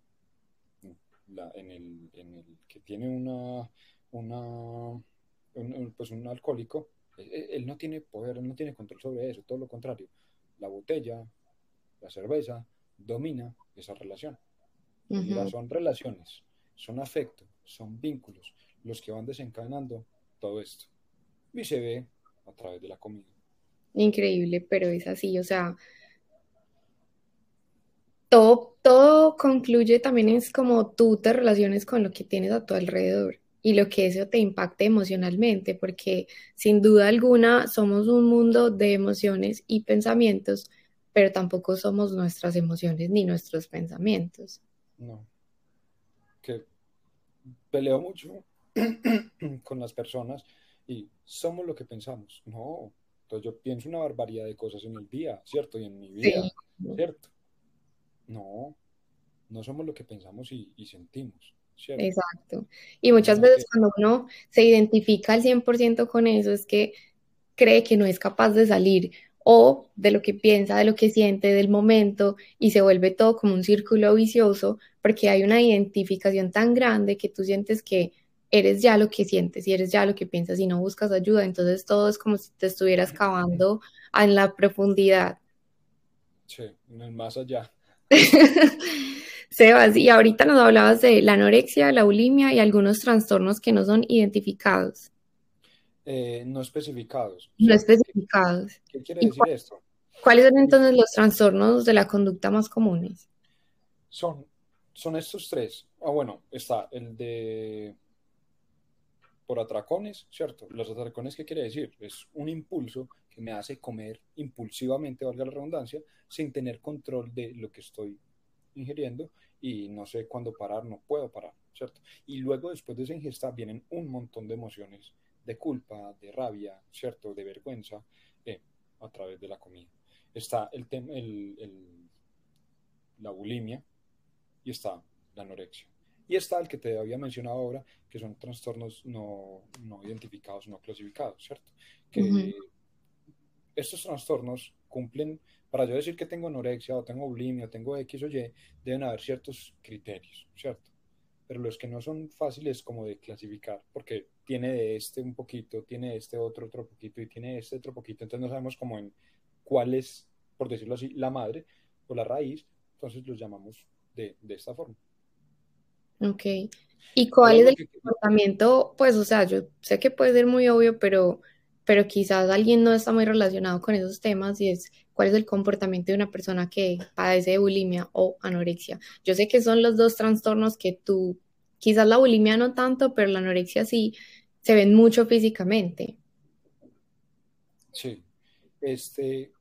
la, en, el, en el que tiene una, una un, pues un alcohólico, él, él no tiene poder, él no tiene control sobre eso, todo lo contrario. La botella, la cerveza, domina esa relación. Es decir, Ujú. son relaciones, son afectos, son vínculos los que van desencadenando todo esto. Y se ve a través de la comida. Increíble, pero es así, o sea, todo, todo concluye también es como tú te relaciones con lo que tienes a tu alrededor y lo que eso te impacte emocionalmente, porque sin duda alguna somos un mundo de emociones y pensamientos, pero tampoco somos nuestras emociones ni nuestros pensamientos. No, que peleo mucho con las personas y somos lo que pensamos. No, entonces yo pienso una barbaridad de cosas en el día, ¿cierto? Y en mi Sí. vida, ¿cierto? No, no somos lo que pensamos y, y sentimos, ¿cierto? Exacto. Y Somos muchas lo veces que... cuando uno se identifica al cien por ciento con eso es que cree que no es capaz de salir o de lo que piensa, de lo que siente, del momento y se vuelve todo como un círculo vicioso porque hay una identificación tan grande que tú sientes que eres ya lo que sientes y eres ya lo que piensas y no buscas ayuda. Entonces todo es como si te estuvieras cavando en la profundidad. Sí, en el más allá. Sebas, y ahorita nos hablabas de la anorexia, la bulimia y algunos trastornos que no son identificados, Eh, no especificados, no ¿cierto? ¿Qué, especificados. qué quiere ¿Y decir cu- esto? cuáles son Listo. entonces los trastornos de la conducta más comunes? Son, son estos tres. Ah, bueno, está el de por atracones, ¿cierto? Los atracones, ¿qué quiere decir? Es un impulso que me hace comer impulsivamente, valga la redundancia, sin tener control de lo que estoy ingiriendo y no sé cuándo parar, no puedo parar, ¿cierto? Y luego, después de esa ingesta, vienen un montón de emociones de culpa, de rabia, ¿cierto? De vergüenza eh, a través de la comida. Está el, tema, el, el la bulimia y está la anorexia. Y está el que te había mencionado ahora, que son trastornos no, no identificados, no clasificados, ¿cierto? Ujú. Que estos trastornos cumplen, para yo decir que tengo anorexia o tengo bulimia o tengo X o Y, deben haber ciertos criterios, ¿cierto? Pero los que no son fáciles como de clasificar, porque tiene de este un poquito, tiene de este otro otro poquito y tiene de este otro poquito, entonces no sabemos cómo en cuál es, por decirlo así, la madre o la raíz, entonces los llamamos de, de esta forma. Ok. ¿Y Hay cuál es algo el que... comportamiento? Pues, o sea, yo sé que puede ser muy obvio, pero, pero quizás alguien no está muy relacionado con esos temas y es cuál es el comportamiento de una persona que padece de bulimia o anorexia. Yo sé que son los dos trastornos que tú, quizás la bulimia no tanto, pero la anorexia sí, se ven mucho físicamente. Sí. Este,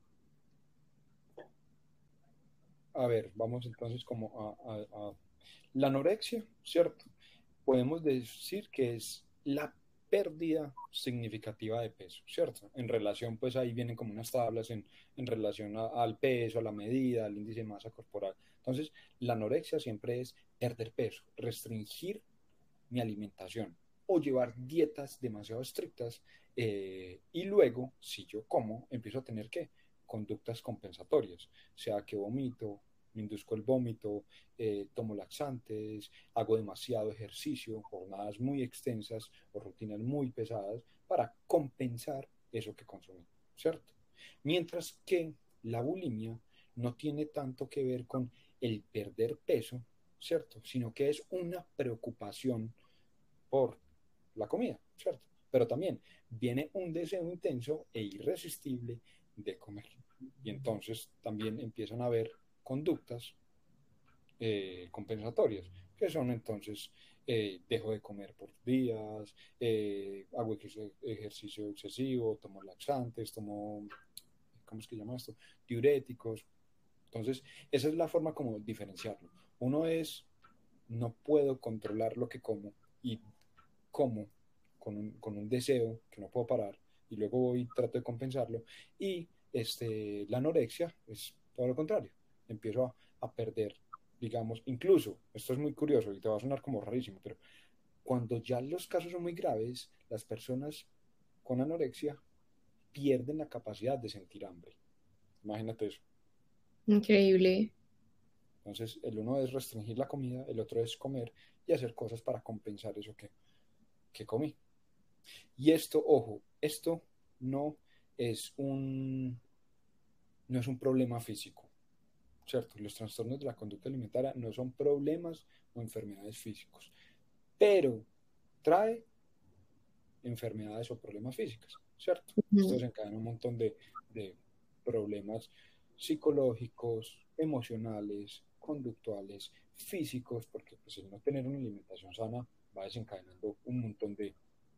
a ver, vamos entonces como a, a- a- la anorexia, ¿cierto? Podemos decir que es la pérdida significativa de peso, ¿cierto? En relación, pues ahí vienen como unas tablas en, en relación a- al peso, a la medida, al índice de masa corporal. Entonces, la anorexia siempre es perder peso, restringir mi alimentación o llevar dietas demasiado estrictas eh, y luego, si yo como, empiezo a tener que conductas compensatorias, o sea que vomito, me induzco el vómito, eh, tomo laxantes, hago demasiado ejercicio, jornadas muy extensas o rutinas muy pesadas para compensar eso que consumí, ¿cierto? Mientras que la bulimia no tiene tanto que ver con el perder peso, ¿cierto? Sino que es una preocupación por la comida, ¿cierto? Pero también viene un deseo intenso e irresistible de comer. Y entonces también empiezan a haber conductas eh, compensatorias, que son entonces, eh, dejo de comer por días, eh, hago ejercicio excesivo, tomo laxantes, tomo, ¿cómo es que llama esto? Diuréticos. Entonces, esa es la forma como diferenciarlo. Uno es, no puedo controlar lo que como y como con un, con un deseo que no puedo parar y luego voy y trato de compensarlo. Y este, la anorexia es todo lo contrario. Empiezo a, a perder, digamos, incluso, esto es muy curioso y te va a sonar como rarísimo, pero cuando ya los casos son muy graves, las personas con anorexia pierden la capacidad de sentir hambre. Imagínate eso. Increíble. Entonces, el uno es restringir la comida, el otro es comer y hacer cosas para compensar eso que, que comí. Y esto, ojo, esto no es un, no es un problema físico, ¿cierto? Los trastornos de la conducta alimentaria no son problemas o enfermedades físicos, pero trae enfermedades o problemas físicos, ¿cierto? Esto Ujú. desencadena un montón de, de problemas psicológicos, emocionales, conductuales, físicos, porque pues, el no tener una alimentación sana va desencadenando un montón de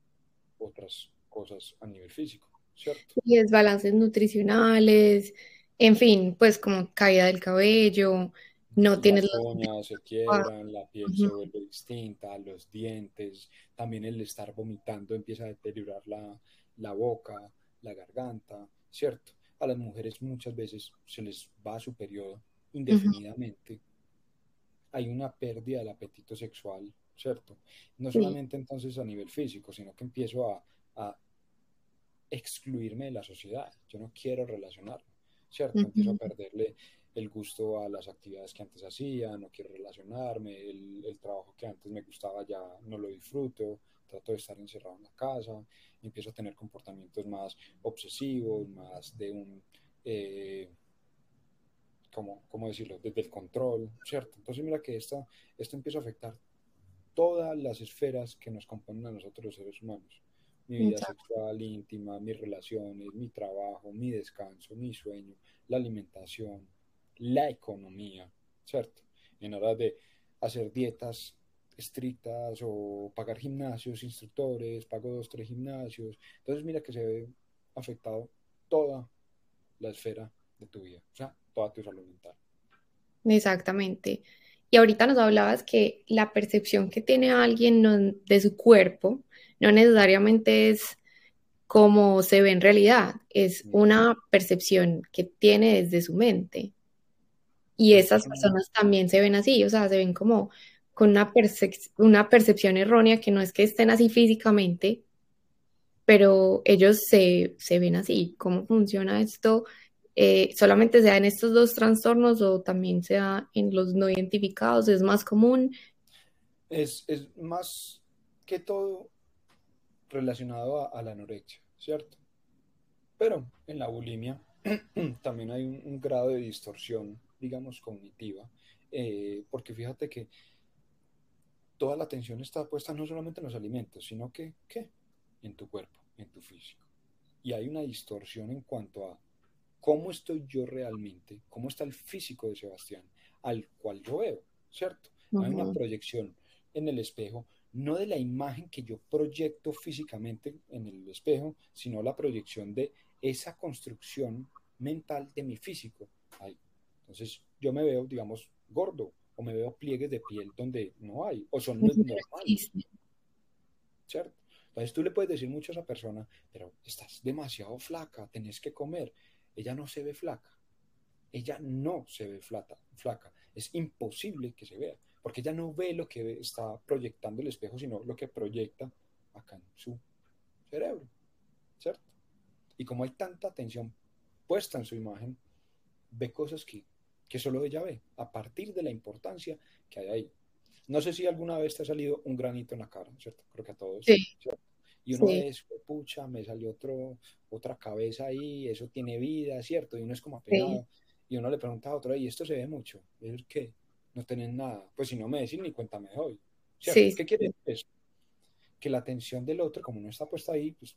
otras cosas a nivel físico, ¿cierto? Y desbalances nutricionales, en fin, pues como caída del cabello, no tienes Las los... uñas se Ah, quiebran, la piel se ujú. vuelve distinta, los dientes, también el estar vomitando empieza a deteriorar la, la boca, la garganta, ¿cierto? A las mujeres muchas veces se les va su periodo Ujú. indefinidamente, hay una pérdida del apetito sexual, ¿cierto? No Sí. solamente entonces a nivel físico, sino que empiezo a, a excluirme de la sociedad, yo no quiero relacionarme, ¿cierto? Empiezo a Ujú. perderle el gusto a las actividades que antes hacía, no quiero relacionarme, el, el trabajo que antes me gustaba ya no lo disfruto, trato de estar encerrado en la casa, empiezo a tener comportamientos más obsesivos, más de un, eh, ¿cómo, cómo decirlo?, desde el control, ¿cierto? Entonces mira que esto, esto empieza a afectar todas las esferas que nos componen a nosotros los seres humanos. Mi vida Exacto. sexual, íntima, mis relaciones, mi trabajo, mi descanso, mi sueño, la alimentación, la economía, ¿cierto? En horas de hacer dietas estrictas o pagar gimnasios, instructores, pago dos, tres gimnasios. Entonces mira que se ve afectado toda la esfera de tu vida, o sea, toda tu salud mental. Exactamente. Y ahorita nos hablabas que la percepción que tiene alguien no- de su cuerpo no necesariamente es como se ve en realidad, es Uh -huh. una percepción que tiene desde su mente. Y Esto esas es un, personas también se ven así, o sea, se ven como con una percep- una percepción errónea que no es que estén así físicamente, pero ellos se, se ven así. ¿Cómo funciona esto? Eh, ¿solamente se da en estos dos trastornos o también se da en los no identificados? ¿Es más común? es, es más que todo relacionado a, a la anorexia, ¿cierto? Pero en la bulimia también hay un, un grado de distorsión, digamos, cognitiva, eh, porque fíjate que toda la atención está puesta no solamente en los alimentos, sino que, ¿qué? En tu cuerpo, en tu físico. Y hay una distorsión en cuanto a cómo estoy yo realmente, cómo está el físico de Sebastián, al cual yo veo, ¿cierto? Hay una Ujú. proyección en el espejo, no de la imagen que yo proyecto físicamente en el espejo, sino la proyección de esa construcción mental de mi físico. Ay, entonces yo me veo, digamos, gordo, o me veo pliegues de piel donde no hay, o son los normales, ¿cierto? Entonces tú le puedes decir mucho a esa persona, pero estás demasiado flaca, tenés que comer. Ella no se ve flaca, ella no se ve flaca, flaca. Es imposible que se vea, porque ella no ve lo que está proyectando el espejo, sino lo que proyecta acá en su cerebro, ¿cierto? Y como hay tanta atención puesta en su imagen, ve cosas que, que solo ella ve, a partir de la importancia que hay ahí. No sé si alguna vez te ha salido un granito en la cara, ¿cierto? Creo que a todos, Sí, ¿cierto? Y uno sí, es, pucha, me salió otro, otra cabeza ahí, eso tiene vida, ¿cierto? Y uno es como sí, apenado. Y uno le pregunta a otro, y esto se ve mucho. ¿Y es qué? No tienen nada. Pues si no me decís, ni cuenta me doy, ¿cierto? sí, ¿Qué quiere sí. decir eso? Que la atención del otro, como no está puesta ahí, pues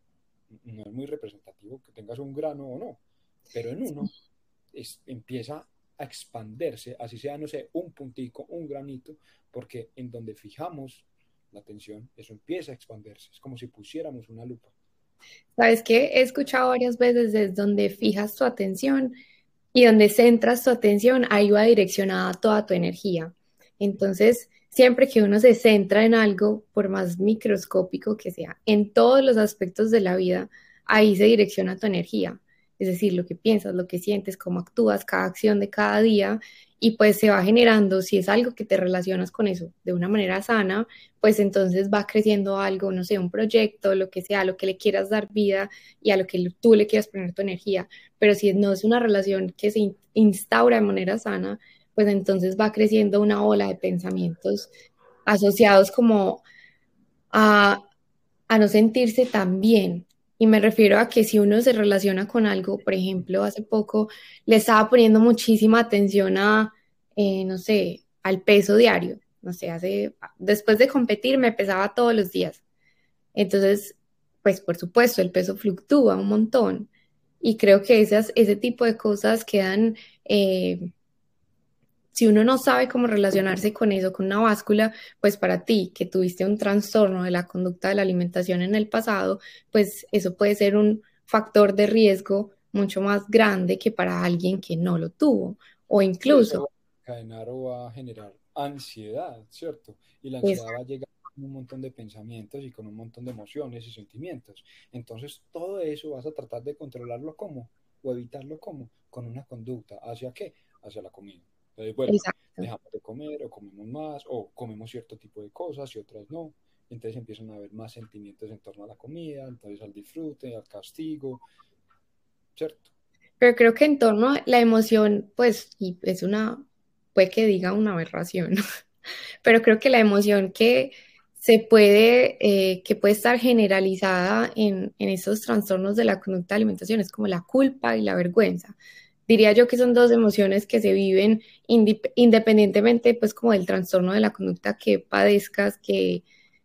no es muy representativo que tengas un grano o no. Pero en uno es, empieza a expandirse, así sea, no sé, un puntico, un granito, porque en donde fijamos la atención, eso empieza a expandirse. Es como si pusiéramos una lupa. Sabes que he escuchado varias veces desde donde fijas tu atención y donde centras tu atención, ahí va direccionada toda tu energía. Entonces, siempre que uno se centra en algo, por más microscópico que sea, en todos los aspectos de la vida, ahí se direcciona tu energía. Es decir, lo que piensas, lo que sientes, cómo actúas, cada acción de cada día, y pues se va generando, si es algo que te relacionas con eso de una manera sana, pues entonces va creciendo algo, no sé, un proyecto, lo que sea, lo que le quieras dar vida y a lo que tú le quieras poner tu energía. Pero si no es una relación que se instaura de manera sana, pues entonces va creciendo una ola de pensamientos asociados como a, a no sentirse tan bien. Y me refiero a que si uno se relaciona con algo, por ejemplo, hace poco le estaba poniendo muchísima atención a, eh, no sé, al peso diario. No sé, hace, después de competir me pesaba todos los días. Entonces, pues por supuesto, el peso fluctúa un montón. Y creo que esas, ese tipo de cosas quedan, eh, si uno no sabe cómo relacionarse con eso, con una báscula, pues para ti que tuviste un trastorno de la conducta de la alimentación en el pasado, pues eso puede ser un factor de riesgo mucho más grande que para alguien que no lo tuvo. O Sí, eso incluso, va a encadenar o va a generar ansiedad, ¿cierto? Y la es, ansiedad va a llegar con un montón de pensamientos y con un montón de emociones y sentimientos. Entonces, todo eso vas a tratar de controlarlo como o evitarlo como con una conducta. ¿Hacia qué? Hacia la comida. Entonces, bueno, exacto. dejamos de comer o comemos más o comemos cierto tipo de cosas y otras no. Entonces empiezan a haber más sentimientos en torno a la comida, entonces al disfrute, al castigo, ¿cierto? Pero creo que en torno a la emoción, pues, y es una, puede que diga una aberración, pero creo que la emoción que se puede, eh, que puede estar generalizada en, en esos trastornos de la conducta de alimentación es como la culpa y la vergüenza. Diría yo que son dos emociones que se viven indip- independientemente, pues, como del trastorno de la conducta que padezcas, que,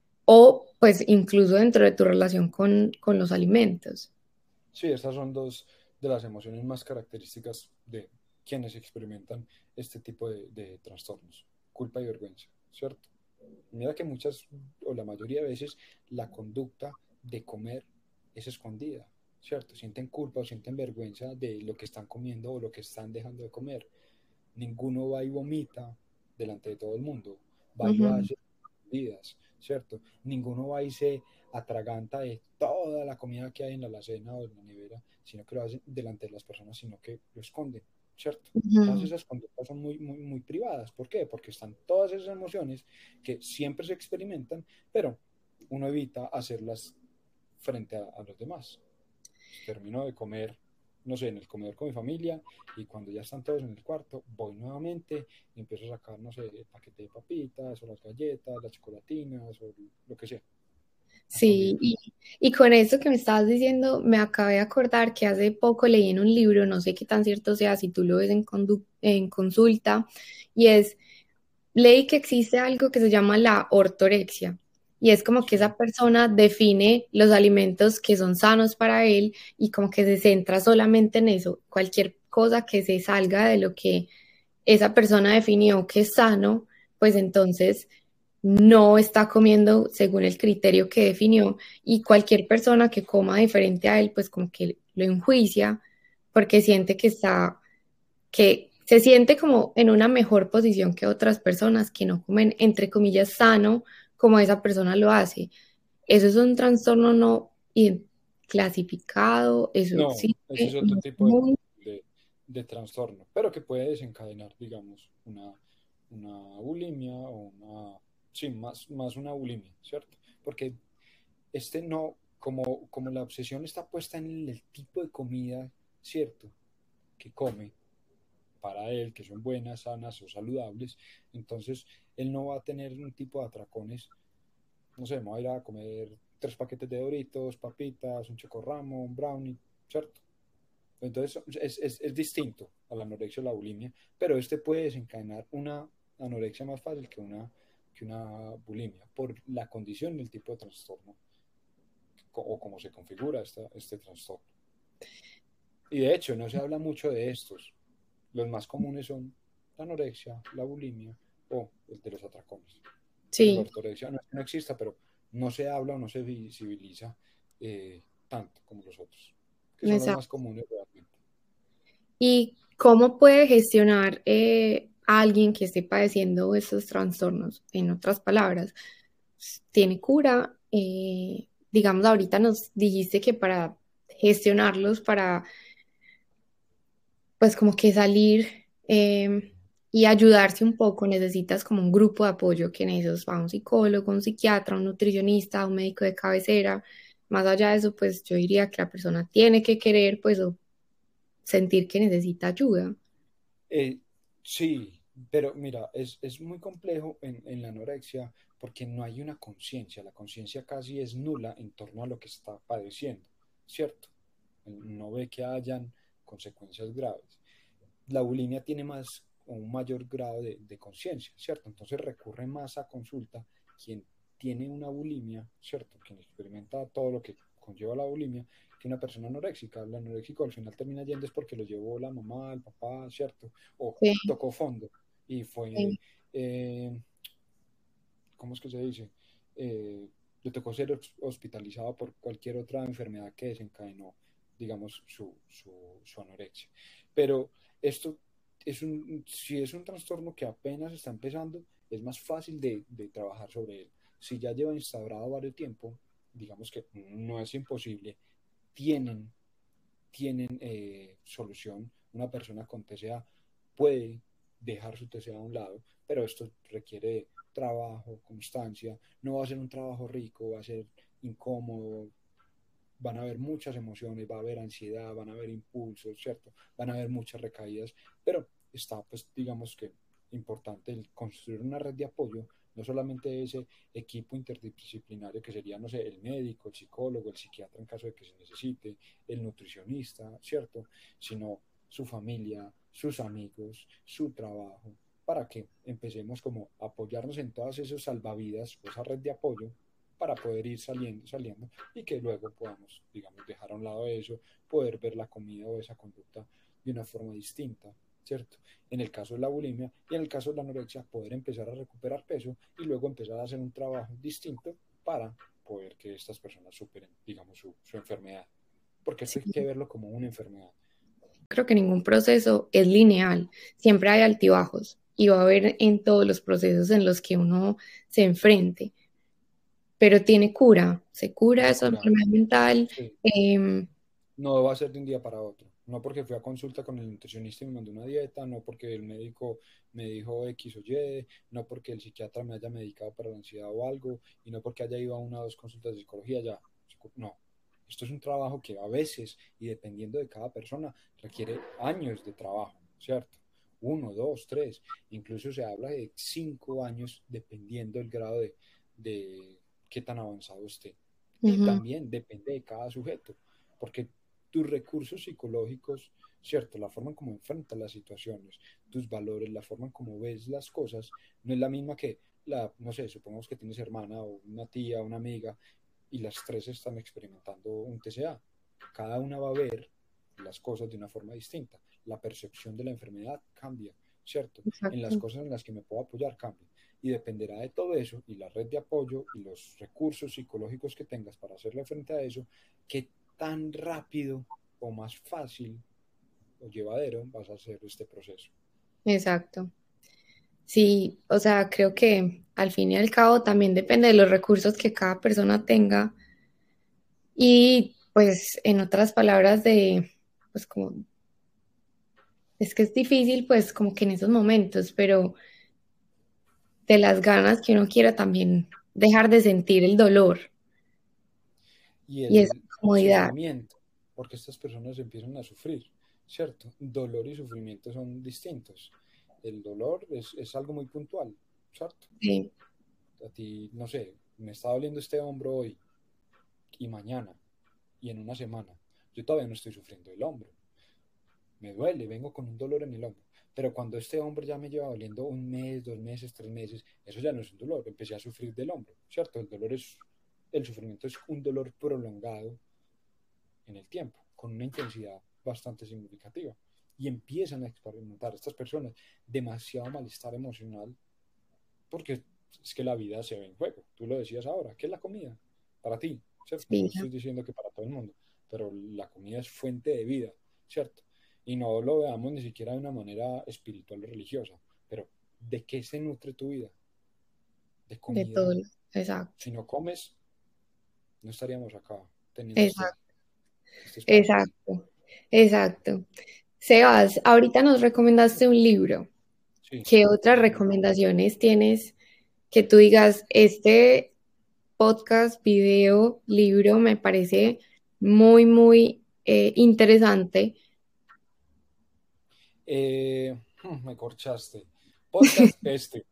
o pues incluso dentro de tu relación con, con los alimentos. Sí, estas son dos de las emociones más características de quienes experimentan este tipo de, de trastornos, culpa y vergüenza, ¿cierto? Mira que muchas o la mayoría de veces la conducta de comer es escondida, ¿cierto? Sienten culpa o sienten vergüenza de lo que están comiendo o lo que están dejando de comer. Ninguno va y vomita delante de todo el mundo, va y lo Ujú. hace vidas, ¿cierto? Ninguno va y se atraganta de toda la comida que hay en la alacena o en la nevera, sino que lo hace delante de las personas, sino que lo esconde, ¿cierto? Todas Ujú. esas conductas son muy, muy, muy privadas. ¿Por qué? Porque están todas esas emociones que siempre se experimentan, pero uno evita hacerlas frente a, a los demás. Pues termino de comer, no sé, en el comedor con mi familia y cuando ya están todos en el cuarto, voy nuevamente y empiezo a sacar, no sé, el paquete de papitas o las galletas, las chocolatinas o lo que sea, a Sí, escondidas. y, y con esto que me estabas diciendo, me acabé de acordar que hace poco leí en un libro, no sé qué tan cierto sea, si tú lo ves en, condu- en consulta, y es, leí que existe algo que se llama la ortorexia, y es como que Sí, esa persona define los alimentos que son sanos para él y como que se centra solamente en eso, cualquier cosa que se salga de lo que esa persona definió que es sano, pues entonces no está comiendo según el criterio que definió y cualquier persona que coma diferente a él, pues como que lo enjuicia porque siente que está, que se siente como en una mejor posición que otras personas que no comen, entre comillas, sano como esa persona lo hace. Eso es un trastorno no iden- clasificado, eso No, ese es existe, no otro es tipo de, común. de- de trastorno, pero que puede desencadenar, digamos, una, una bulimia o una, sí, más, más una bulimia, ¿cierto? Porque este no, como, como la obsesión está puesta en el tipo de comida, ¿cierto? Que come para él, que son buenas, sanas o saludables, entonces él no va a tener un tipo de atracones, no sé, me voy a ir a comer tres paquetes de Doritos, papitas, un chocorramo, un brownie, ¿cierto? Entonces es, es, es distinto a la anorexia o la bulimia, pero este puede desencadenar una anorexia más fácil que una, que una bulimia por la condición y el tipo de trastorno o cómo se configura esta, este trastorno. Y de hecho no se habla mucho de estos. Los más comunes son la anorexia, la bulimia o el de los atracones. La Sí, ortorexia no es que no exista, pero no se habla o no se visibiliza eh, tanto como los otros, que son los más exacto. comunes realmente. ¿Y cómo puede gestionar eh, a alguien que esté padeciendo esos trastornos? En otras palabras, ¿tiene cura? Eh, digamos, ahorita nos dijiste que para gestionarlos, para pues como que salir eh, y ayudarse un poco, necesitas como un grupo de apoyo, que en esos va un psicólogo, un psiquiatra, un nutricionista, un médico de cabecera. Más allá de eso, pues yo diría que la persona tiene que querer, pues, o sentir que necesita ayuda. Eh, sí, pero mira, es, es muy complejo en, en la anorexia porque no hay una conciencia. La conciencia casi es nula en torno a lo que está padeciendo, ¿cierto? No ve que hayan consecuencias graves. La bulimia tiene más o un mayor grado de, de conciencia, ¿cierto? Entonces recurre más a consulta quien tiene una bulimia, ¿cierto? Quien experimenta todo lo que conlleva la bulimia, que una persona anoréxica. El anoréxico al final termina yendo es porque lo llevó la mamá, el papá, ¿cierto? O Sí, tocó fondo y sí, fue, eh, ¿cómo es que se dice? Eh, le tocó ser hospitalizado por cualquier otra enfermedad que desencadenó, digamos, su, su, su anorexia. Pero esto es un, si es un trastorno que apenas está empezando, es más fácil de, de trabajar sobre él. Si ya lleva instaurado varios tiempo, digamos que no es imposible, tienen, tienen eh, solución. Una persona con T C A puede dejar su T C A a un lado, pero esto requiere trabajo, constancia, no va a ser un trabajo rico, va a ser incómodo, van a haber muchas emociones, va a haber ansiedad, van a haber impulsos, ¿cierto? Van a haber muchas recaídas, pero está, pues, digamos que importante el construir una red de apoyo, no solamente ese equipo interdisciplinario que sería, no sé, el médico, el psicólogo, el psiquiatra en caso de que se necesite, el nutricionista, ¿cierto? Sino su familia, sus amigos, su trabajo, para que empecemos como a apoyarnos en todas esos salvavidas o esa red de apoyo para poder ir saliendo, saliendo y que luego podamos, digamos, dejar a un lado eso, poder ver la comida o esa conducta de una forma distinta, ¿cierto? En el caso de la bulimia y en el caso de la anorexia, poder empezar a recuperar peso y luego empezar a hacer un trabajo distinto para poder que estas personas superen, digamos, su, su enfermedad. Porque esto hay sí. que verlo como una enfermedad. Creo que ningún proceso es lineal, siempre hay altibajos y va a haber en todos los procesos en los que uno se enfrente, pero tiene cura, se cura Tiene esa cura. enfermedad mental. Sí. em, No va a ser de un día para otro. No porque fui a consulta con el nutricionista y me mandó una dieta, no porque el médico me dijo X o Y, no porque el psiquiatra me haya medicado para la ansiedad o algo, y no porque haya ido a una o dos consultas de psicología ya. No. Esto es un trabajo que a veces, y dependiendo de cada persona, requiere años de trabajo, ¿cierto? Uno, dos, tres. Incluso se habla de cinco años dependiendo del grado de, de qué tan avanzado esté. Y ujú, también depende de cada sujeto, porque tus recursos psicológicos, ¿cierto? La forma en cómo enfrentas las situaciones, tus valores, la forma en cómo ves las cosas, no es la misma que la, no sé, supongamos que tienes hermana o una tía, una amiga, y las tres están experimentando un T C A. Cada una va a ver las cosas de una forma distinta. La percepción de la enfermedad cambia, ¿cierto? En las exacto. cosas en las que me puedo apoyar cambia. y dependerá de todo eso y la red de apoyo y los recursos psicológicos que tengas para hacerle frente a eso, qué tan rápido o más fácil o llevadero vas a hacer este proceso. Exacto. Sí, o sea, creo que al fin y al cabo también depende de los recursos que cada persona tenga y pues en otras palabras de, pues como, es que es difícil pues como que en esos momentos, pero de las ganas que uno quiera también dejar de sentir el dolor Y y esa el comodidad. sufrimiento, porque estas personas empiezan a sufrir, ¿cierto? Dolor y sufrimiento son distintos. El dolor es, es algo muy puntual, ¿cierto? Sí, A ti, no sé, me está doliendo este hombro hoy y mañana y en una semana. Yo todavía no estoy sufriendo el hombro. Me duele, vengo con un dolor en el hombro. Pero cuando este hombro ya me lleva doliendo un mes, dos meses, tres meses, eso ya no es un dolor. Empecé a sufrir del hombro, ¿cierto? El dolor es, el sufrimiento es un dolor prolongado en el tiempo, con una intensidad bastante significativa. Y empiezan a experimentar estas personas demasiado malestar emocional porque es que la vida se ve en juego. Tú lo decías ahora, ¿qué es la comida? Para ti, ¿cierto? No sí, estoy diciendo que para todo el mundo, pero la comida es fuente de vida, ¿cierto? Y no lo veamos ni siquiera de una manera espiritual o religiosa, pero ¿de qué se nutre tu vida? De de comida. todo. Exacto, Si no comes, no estaríamos acá teniendo este, exacto, este espacio. exacto, exacto. Sebas, ahorita nos recomendaste un libro. Sí, ¿Qué otras sí, señor. recomendaciones tienes que tú digas, este podcast, video, libro me parece muy, muy eh, interesante? Eh, hmm, me corchaste. Podcast este.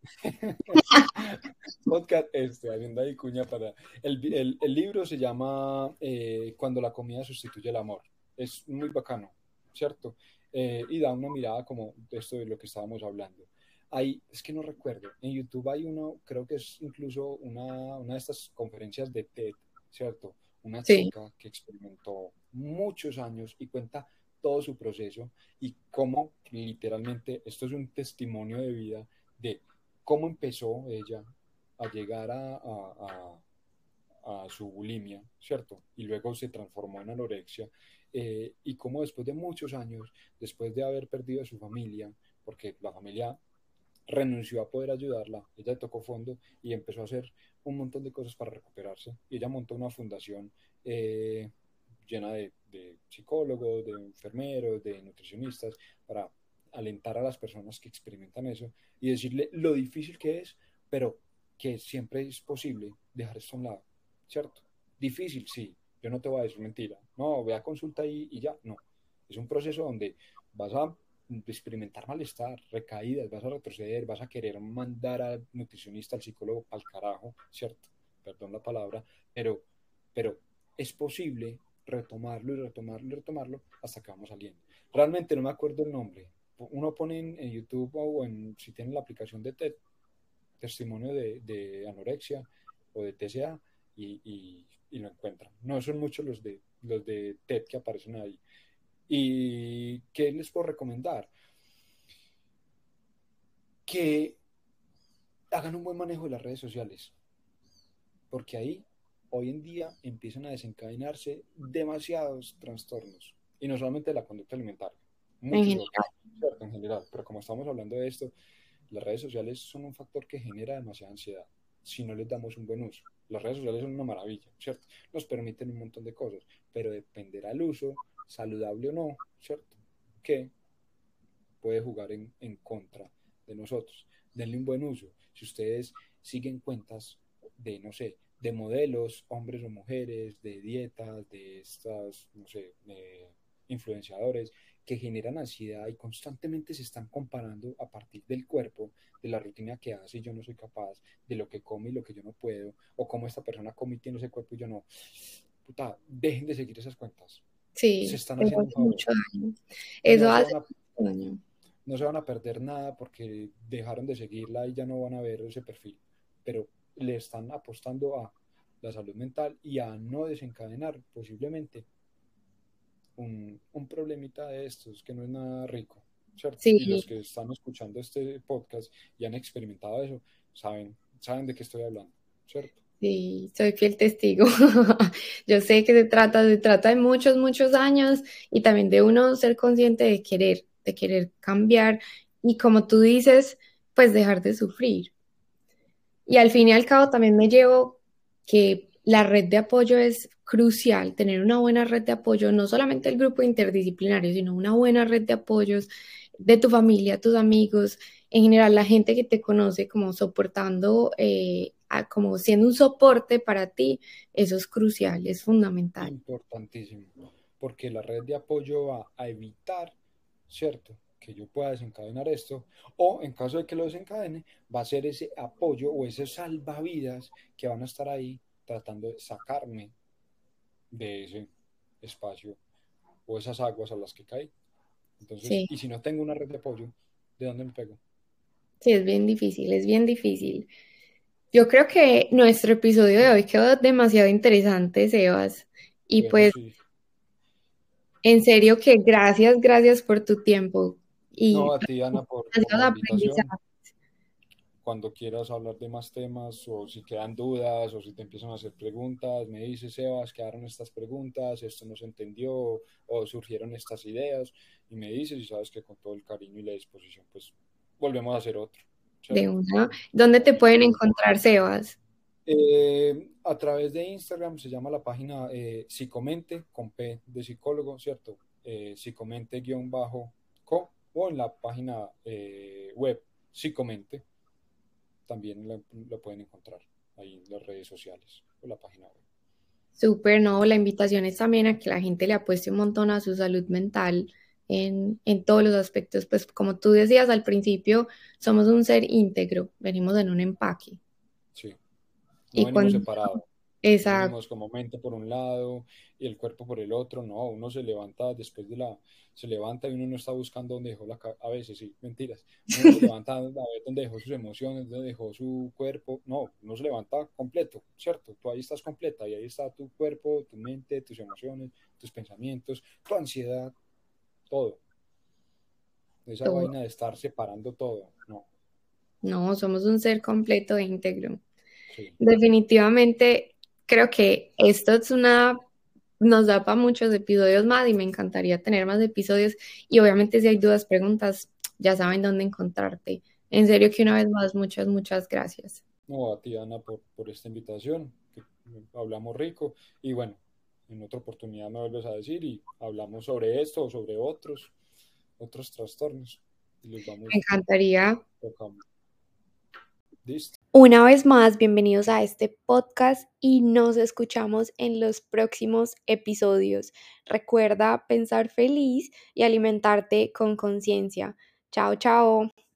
Podcast este, haciendo ahí cuña para... El, el- el libro se llama eh, Cuando la comida sustituye el amor. Es muy bacano, ¿cierto? Eh, y da una mirada como de esto de lo que estábamos hablando. Hay, es que no recuerdo, en YouTube hay uno, creo que es incluso una, una de estas conferencias de TED, ¿cierto? Una Sí, chica que experimentó muchos años y cuenta todo su proceso y cómo literalmente esto es un testimonio de vida de cómo empezó ella a llegar a, a, a, a su bulimia, ¿cierto? Y luego se transformó en anorexia, eh, y cómo después de muchos años, después de haber perdido a su familia, porque la familia renunció a poder ayudarla, ella tocó fondo y empezó a hacer un montón de cosas para recuperarse. Y ella montó una fundación eh, llena de, de psicólogos, de enfermeros, de nutricionistas, para alentar a las personas que experimentan eso y decirle lo difícil que es, pero que siempre es posible dejar esto a un lado, ¿cierto? Difícil, sí, yo no te voy a decir mentira, no, ve a consulta y, y ya, no. Es un proceso donde vas a experimentar malestar, recaídas, vas a retroceder, vas a querer mandar al nutricionista, al psicólogo al carajo, ¿cierto? Perdón la palabra, pero, pero es posible retomarlo y retomarlo y retomarlo hasta que vamos saliendo. Realmente no me acuerdo el nombre. Uno pone en, en YouTube o en, si tienen la aplicación de TED, testimonio de, de anorexia o de T C A y, y, y, lo encuentran. No son muchos los de, los de TED que aparecen ahí. ¿Y qué les puedo recomendar? Que hagan un buen manejo de las redes sociales, porque ahí hoy en día empiezan a desencadenarse demasiados trastornos, y no solamente de la conducta alimentaria, en muchos otros, general. ¿cierto? En general, pero como estamos hablando de esto, las redes sociales son un factor que genera demasiada ansiedad si no les damos un buen uso. Las redes sociales son una maravilla, ¿cierto? Nos permiten un montón de cosas, pero dependerá el uso, saludable o no, ¿cierto? Que puede jugar en, en contra de nosotros. Denle un buen uso. Si ustedes siguen cuentas de, no sé, de modelos, hombres o mujeres, de dietas, de estas, no sé, de influenciadores que generan ansiedad y constantemente se están comparando a partir del cuerpo, de la rutina que hace y yo no soy capaz, de lo que come y lo que yo no puedo, o cómo esta persona come y tiene ese cuerpo y yo no. Puta, dejen de seguir esas cuentas. Se Sí, están eso haciendo un hace favor. mucho daño. Eso No se hace van a mucho daño. no se van a perder nada porque dejaron de seguirla y ya no van a ver ese perfil, pero le están apostando a la salud mental y a no desencadenar posiblemente un, un problemita de estos que no es nada rico. ¿cierto? Y los Sí, que están escuchando este podcast y han experimentado eso, saben, saben de qué estoy hablando, ¿cierto? sí, soy fiel testigo. Yo sé que se trata, se trata de muchos, muchos años y también de uno ser consciente de querer, de querer cambiar y como tú dices, pues dejar de sufrir. Y al fin y al cabo también me llevo que la red de apoyo es crucial, tener una buena red de apoyo, no solamente el grupo interdisciplinario, sino una buena red de apoyos de tu familia, tus amigos, en general la gente que te conoce como soportando, eh, a- como siendo un soporte para ti, eso es crucial, es fundamental. Importantísimo, porque la red de apoyo va a evitar, ¿cierto? Que yo pueda desencadenar esto, o en caso de que lo desencadene, va a ser ese apoyo o ese salvavidas que van a estar ahí tratando de sacarme de ese espacio o esas aguas a las que caí. Entonces, Sí, y si no tengo una red de apoyo, ¿de dónde me pego? sí, es bien difícil, es bien difícil. Yo creo que nuestro episodio de hoy quedó demasiado interesante, Sebas. Y Bueno, pues sí. en serio que gracias, gracias por tu tiempo y No, a ti, Ana, por, por la demasiados invitación. aprendizajes. Cuando quieras hablar de más temas o si quedan dudas o si te empiezan a hacer preguntas, me dices, Sebas, quedaron estas preguntas, esto no se entendió o surgieron estas ideas y me dices y sabes que con todo el cariño y la disposición, pues volvemos a hacer otro, De ¿cierto? una. ¿Dónde te pueden encontrar, Sebas? Eh, a través de Instagram se llama la página eh, Psicomente, con P de psicólogo, ¿cierto? Eh, Psicomente-co o en la página eh, web Psicomente también la, la pueden encontrar ahí en las redes sociales o la página web. Súper, no, la invitación es también a que la gente le apueste un montón a su salud mental en, en todos los aspectos. Pues como tú decías al principio, somos un ser íntegro, venimos en un empaque. Sí, no Y venimos cuando separados, no esa, venimos como mente por un lado y el cuerpo por el otro, no, uno se levanta después de la, se levanta y uno no está buscando dónde dejó la, a veces sí, mentiras, uno no se levanta a ver dónde dejó sus emociones, dónde dejó su cuerpo, no, uno se levanta completo, ¿cierto? Tú ahí estás completa y ahí está tu cuerpo, tu mente, tus emociones, tus pensamientos, tu ansiedad, todo. Esa todo, vaina de estar separando todo, no, no, somos un ser completo e íntegro. sí. Definitivamente creo que esto es una, nos da para muchos episodios más y me encantaría tener más episodios y obviamente si hay dudas, preguntas, ya saben dónde encontrarte. En serio que una vez más, muchas, muchas gracias. No, a ti, Ana, por, por esta invitación, que hablamos rico y bueno, en otra oportunidad me vuelves a decir y hablamos sobre esto o sobre otros, otros trastornos y los Me vamos encantaría. tocando. ¿Listo? Una vez más, bienvenidos a este podcast y nos escuchamos en los próximos episodios. Recuerda pensar feliz y alimentarte con conciencia. Chao, chao.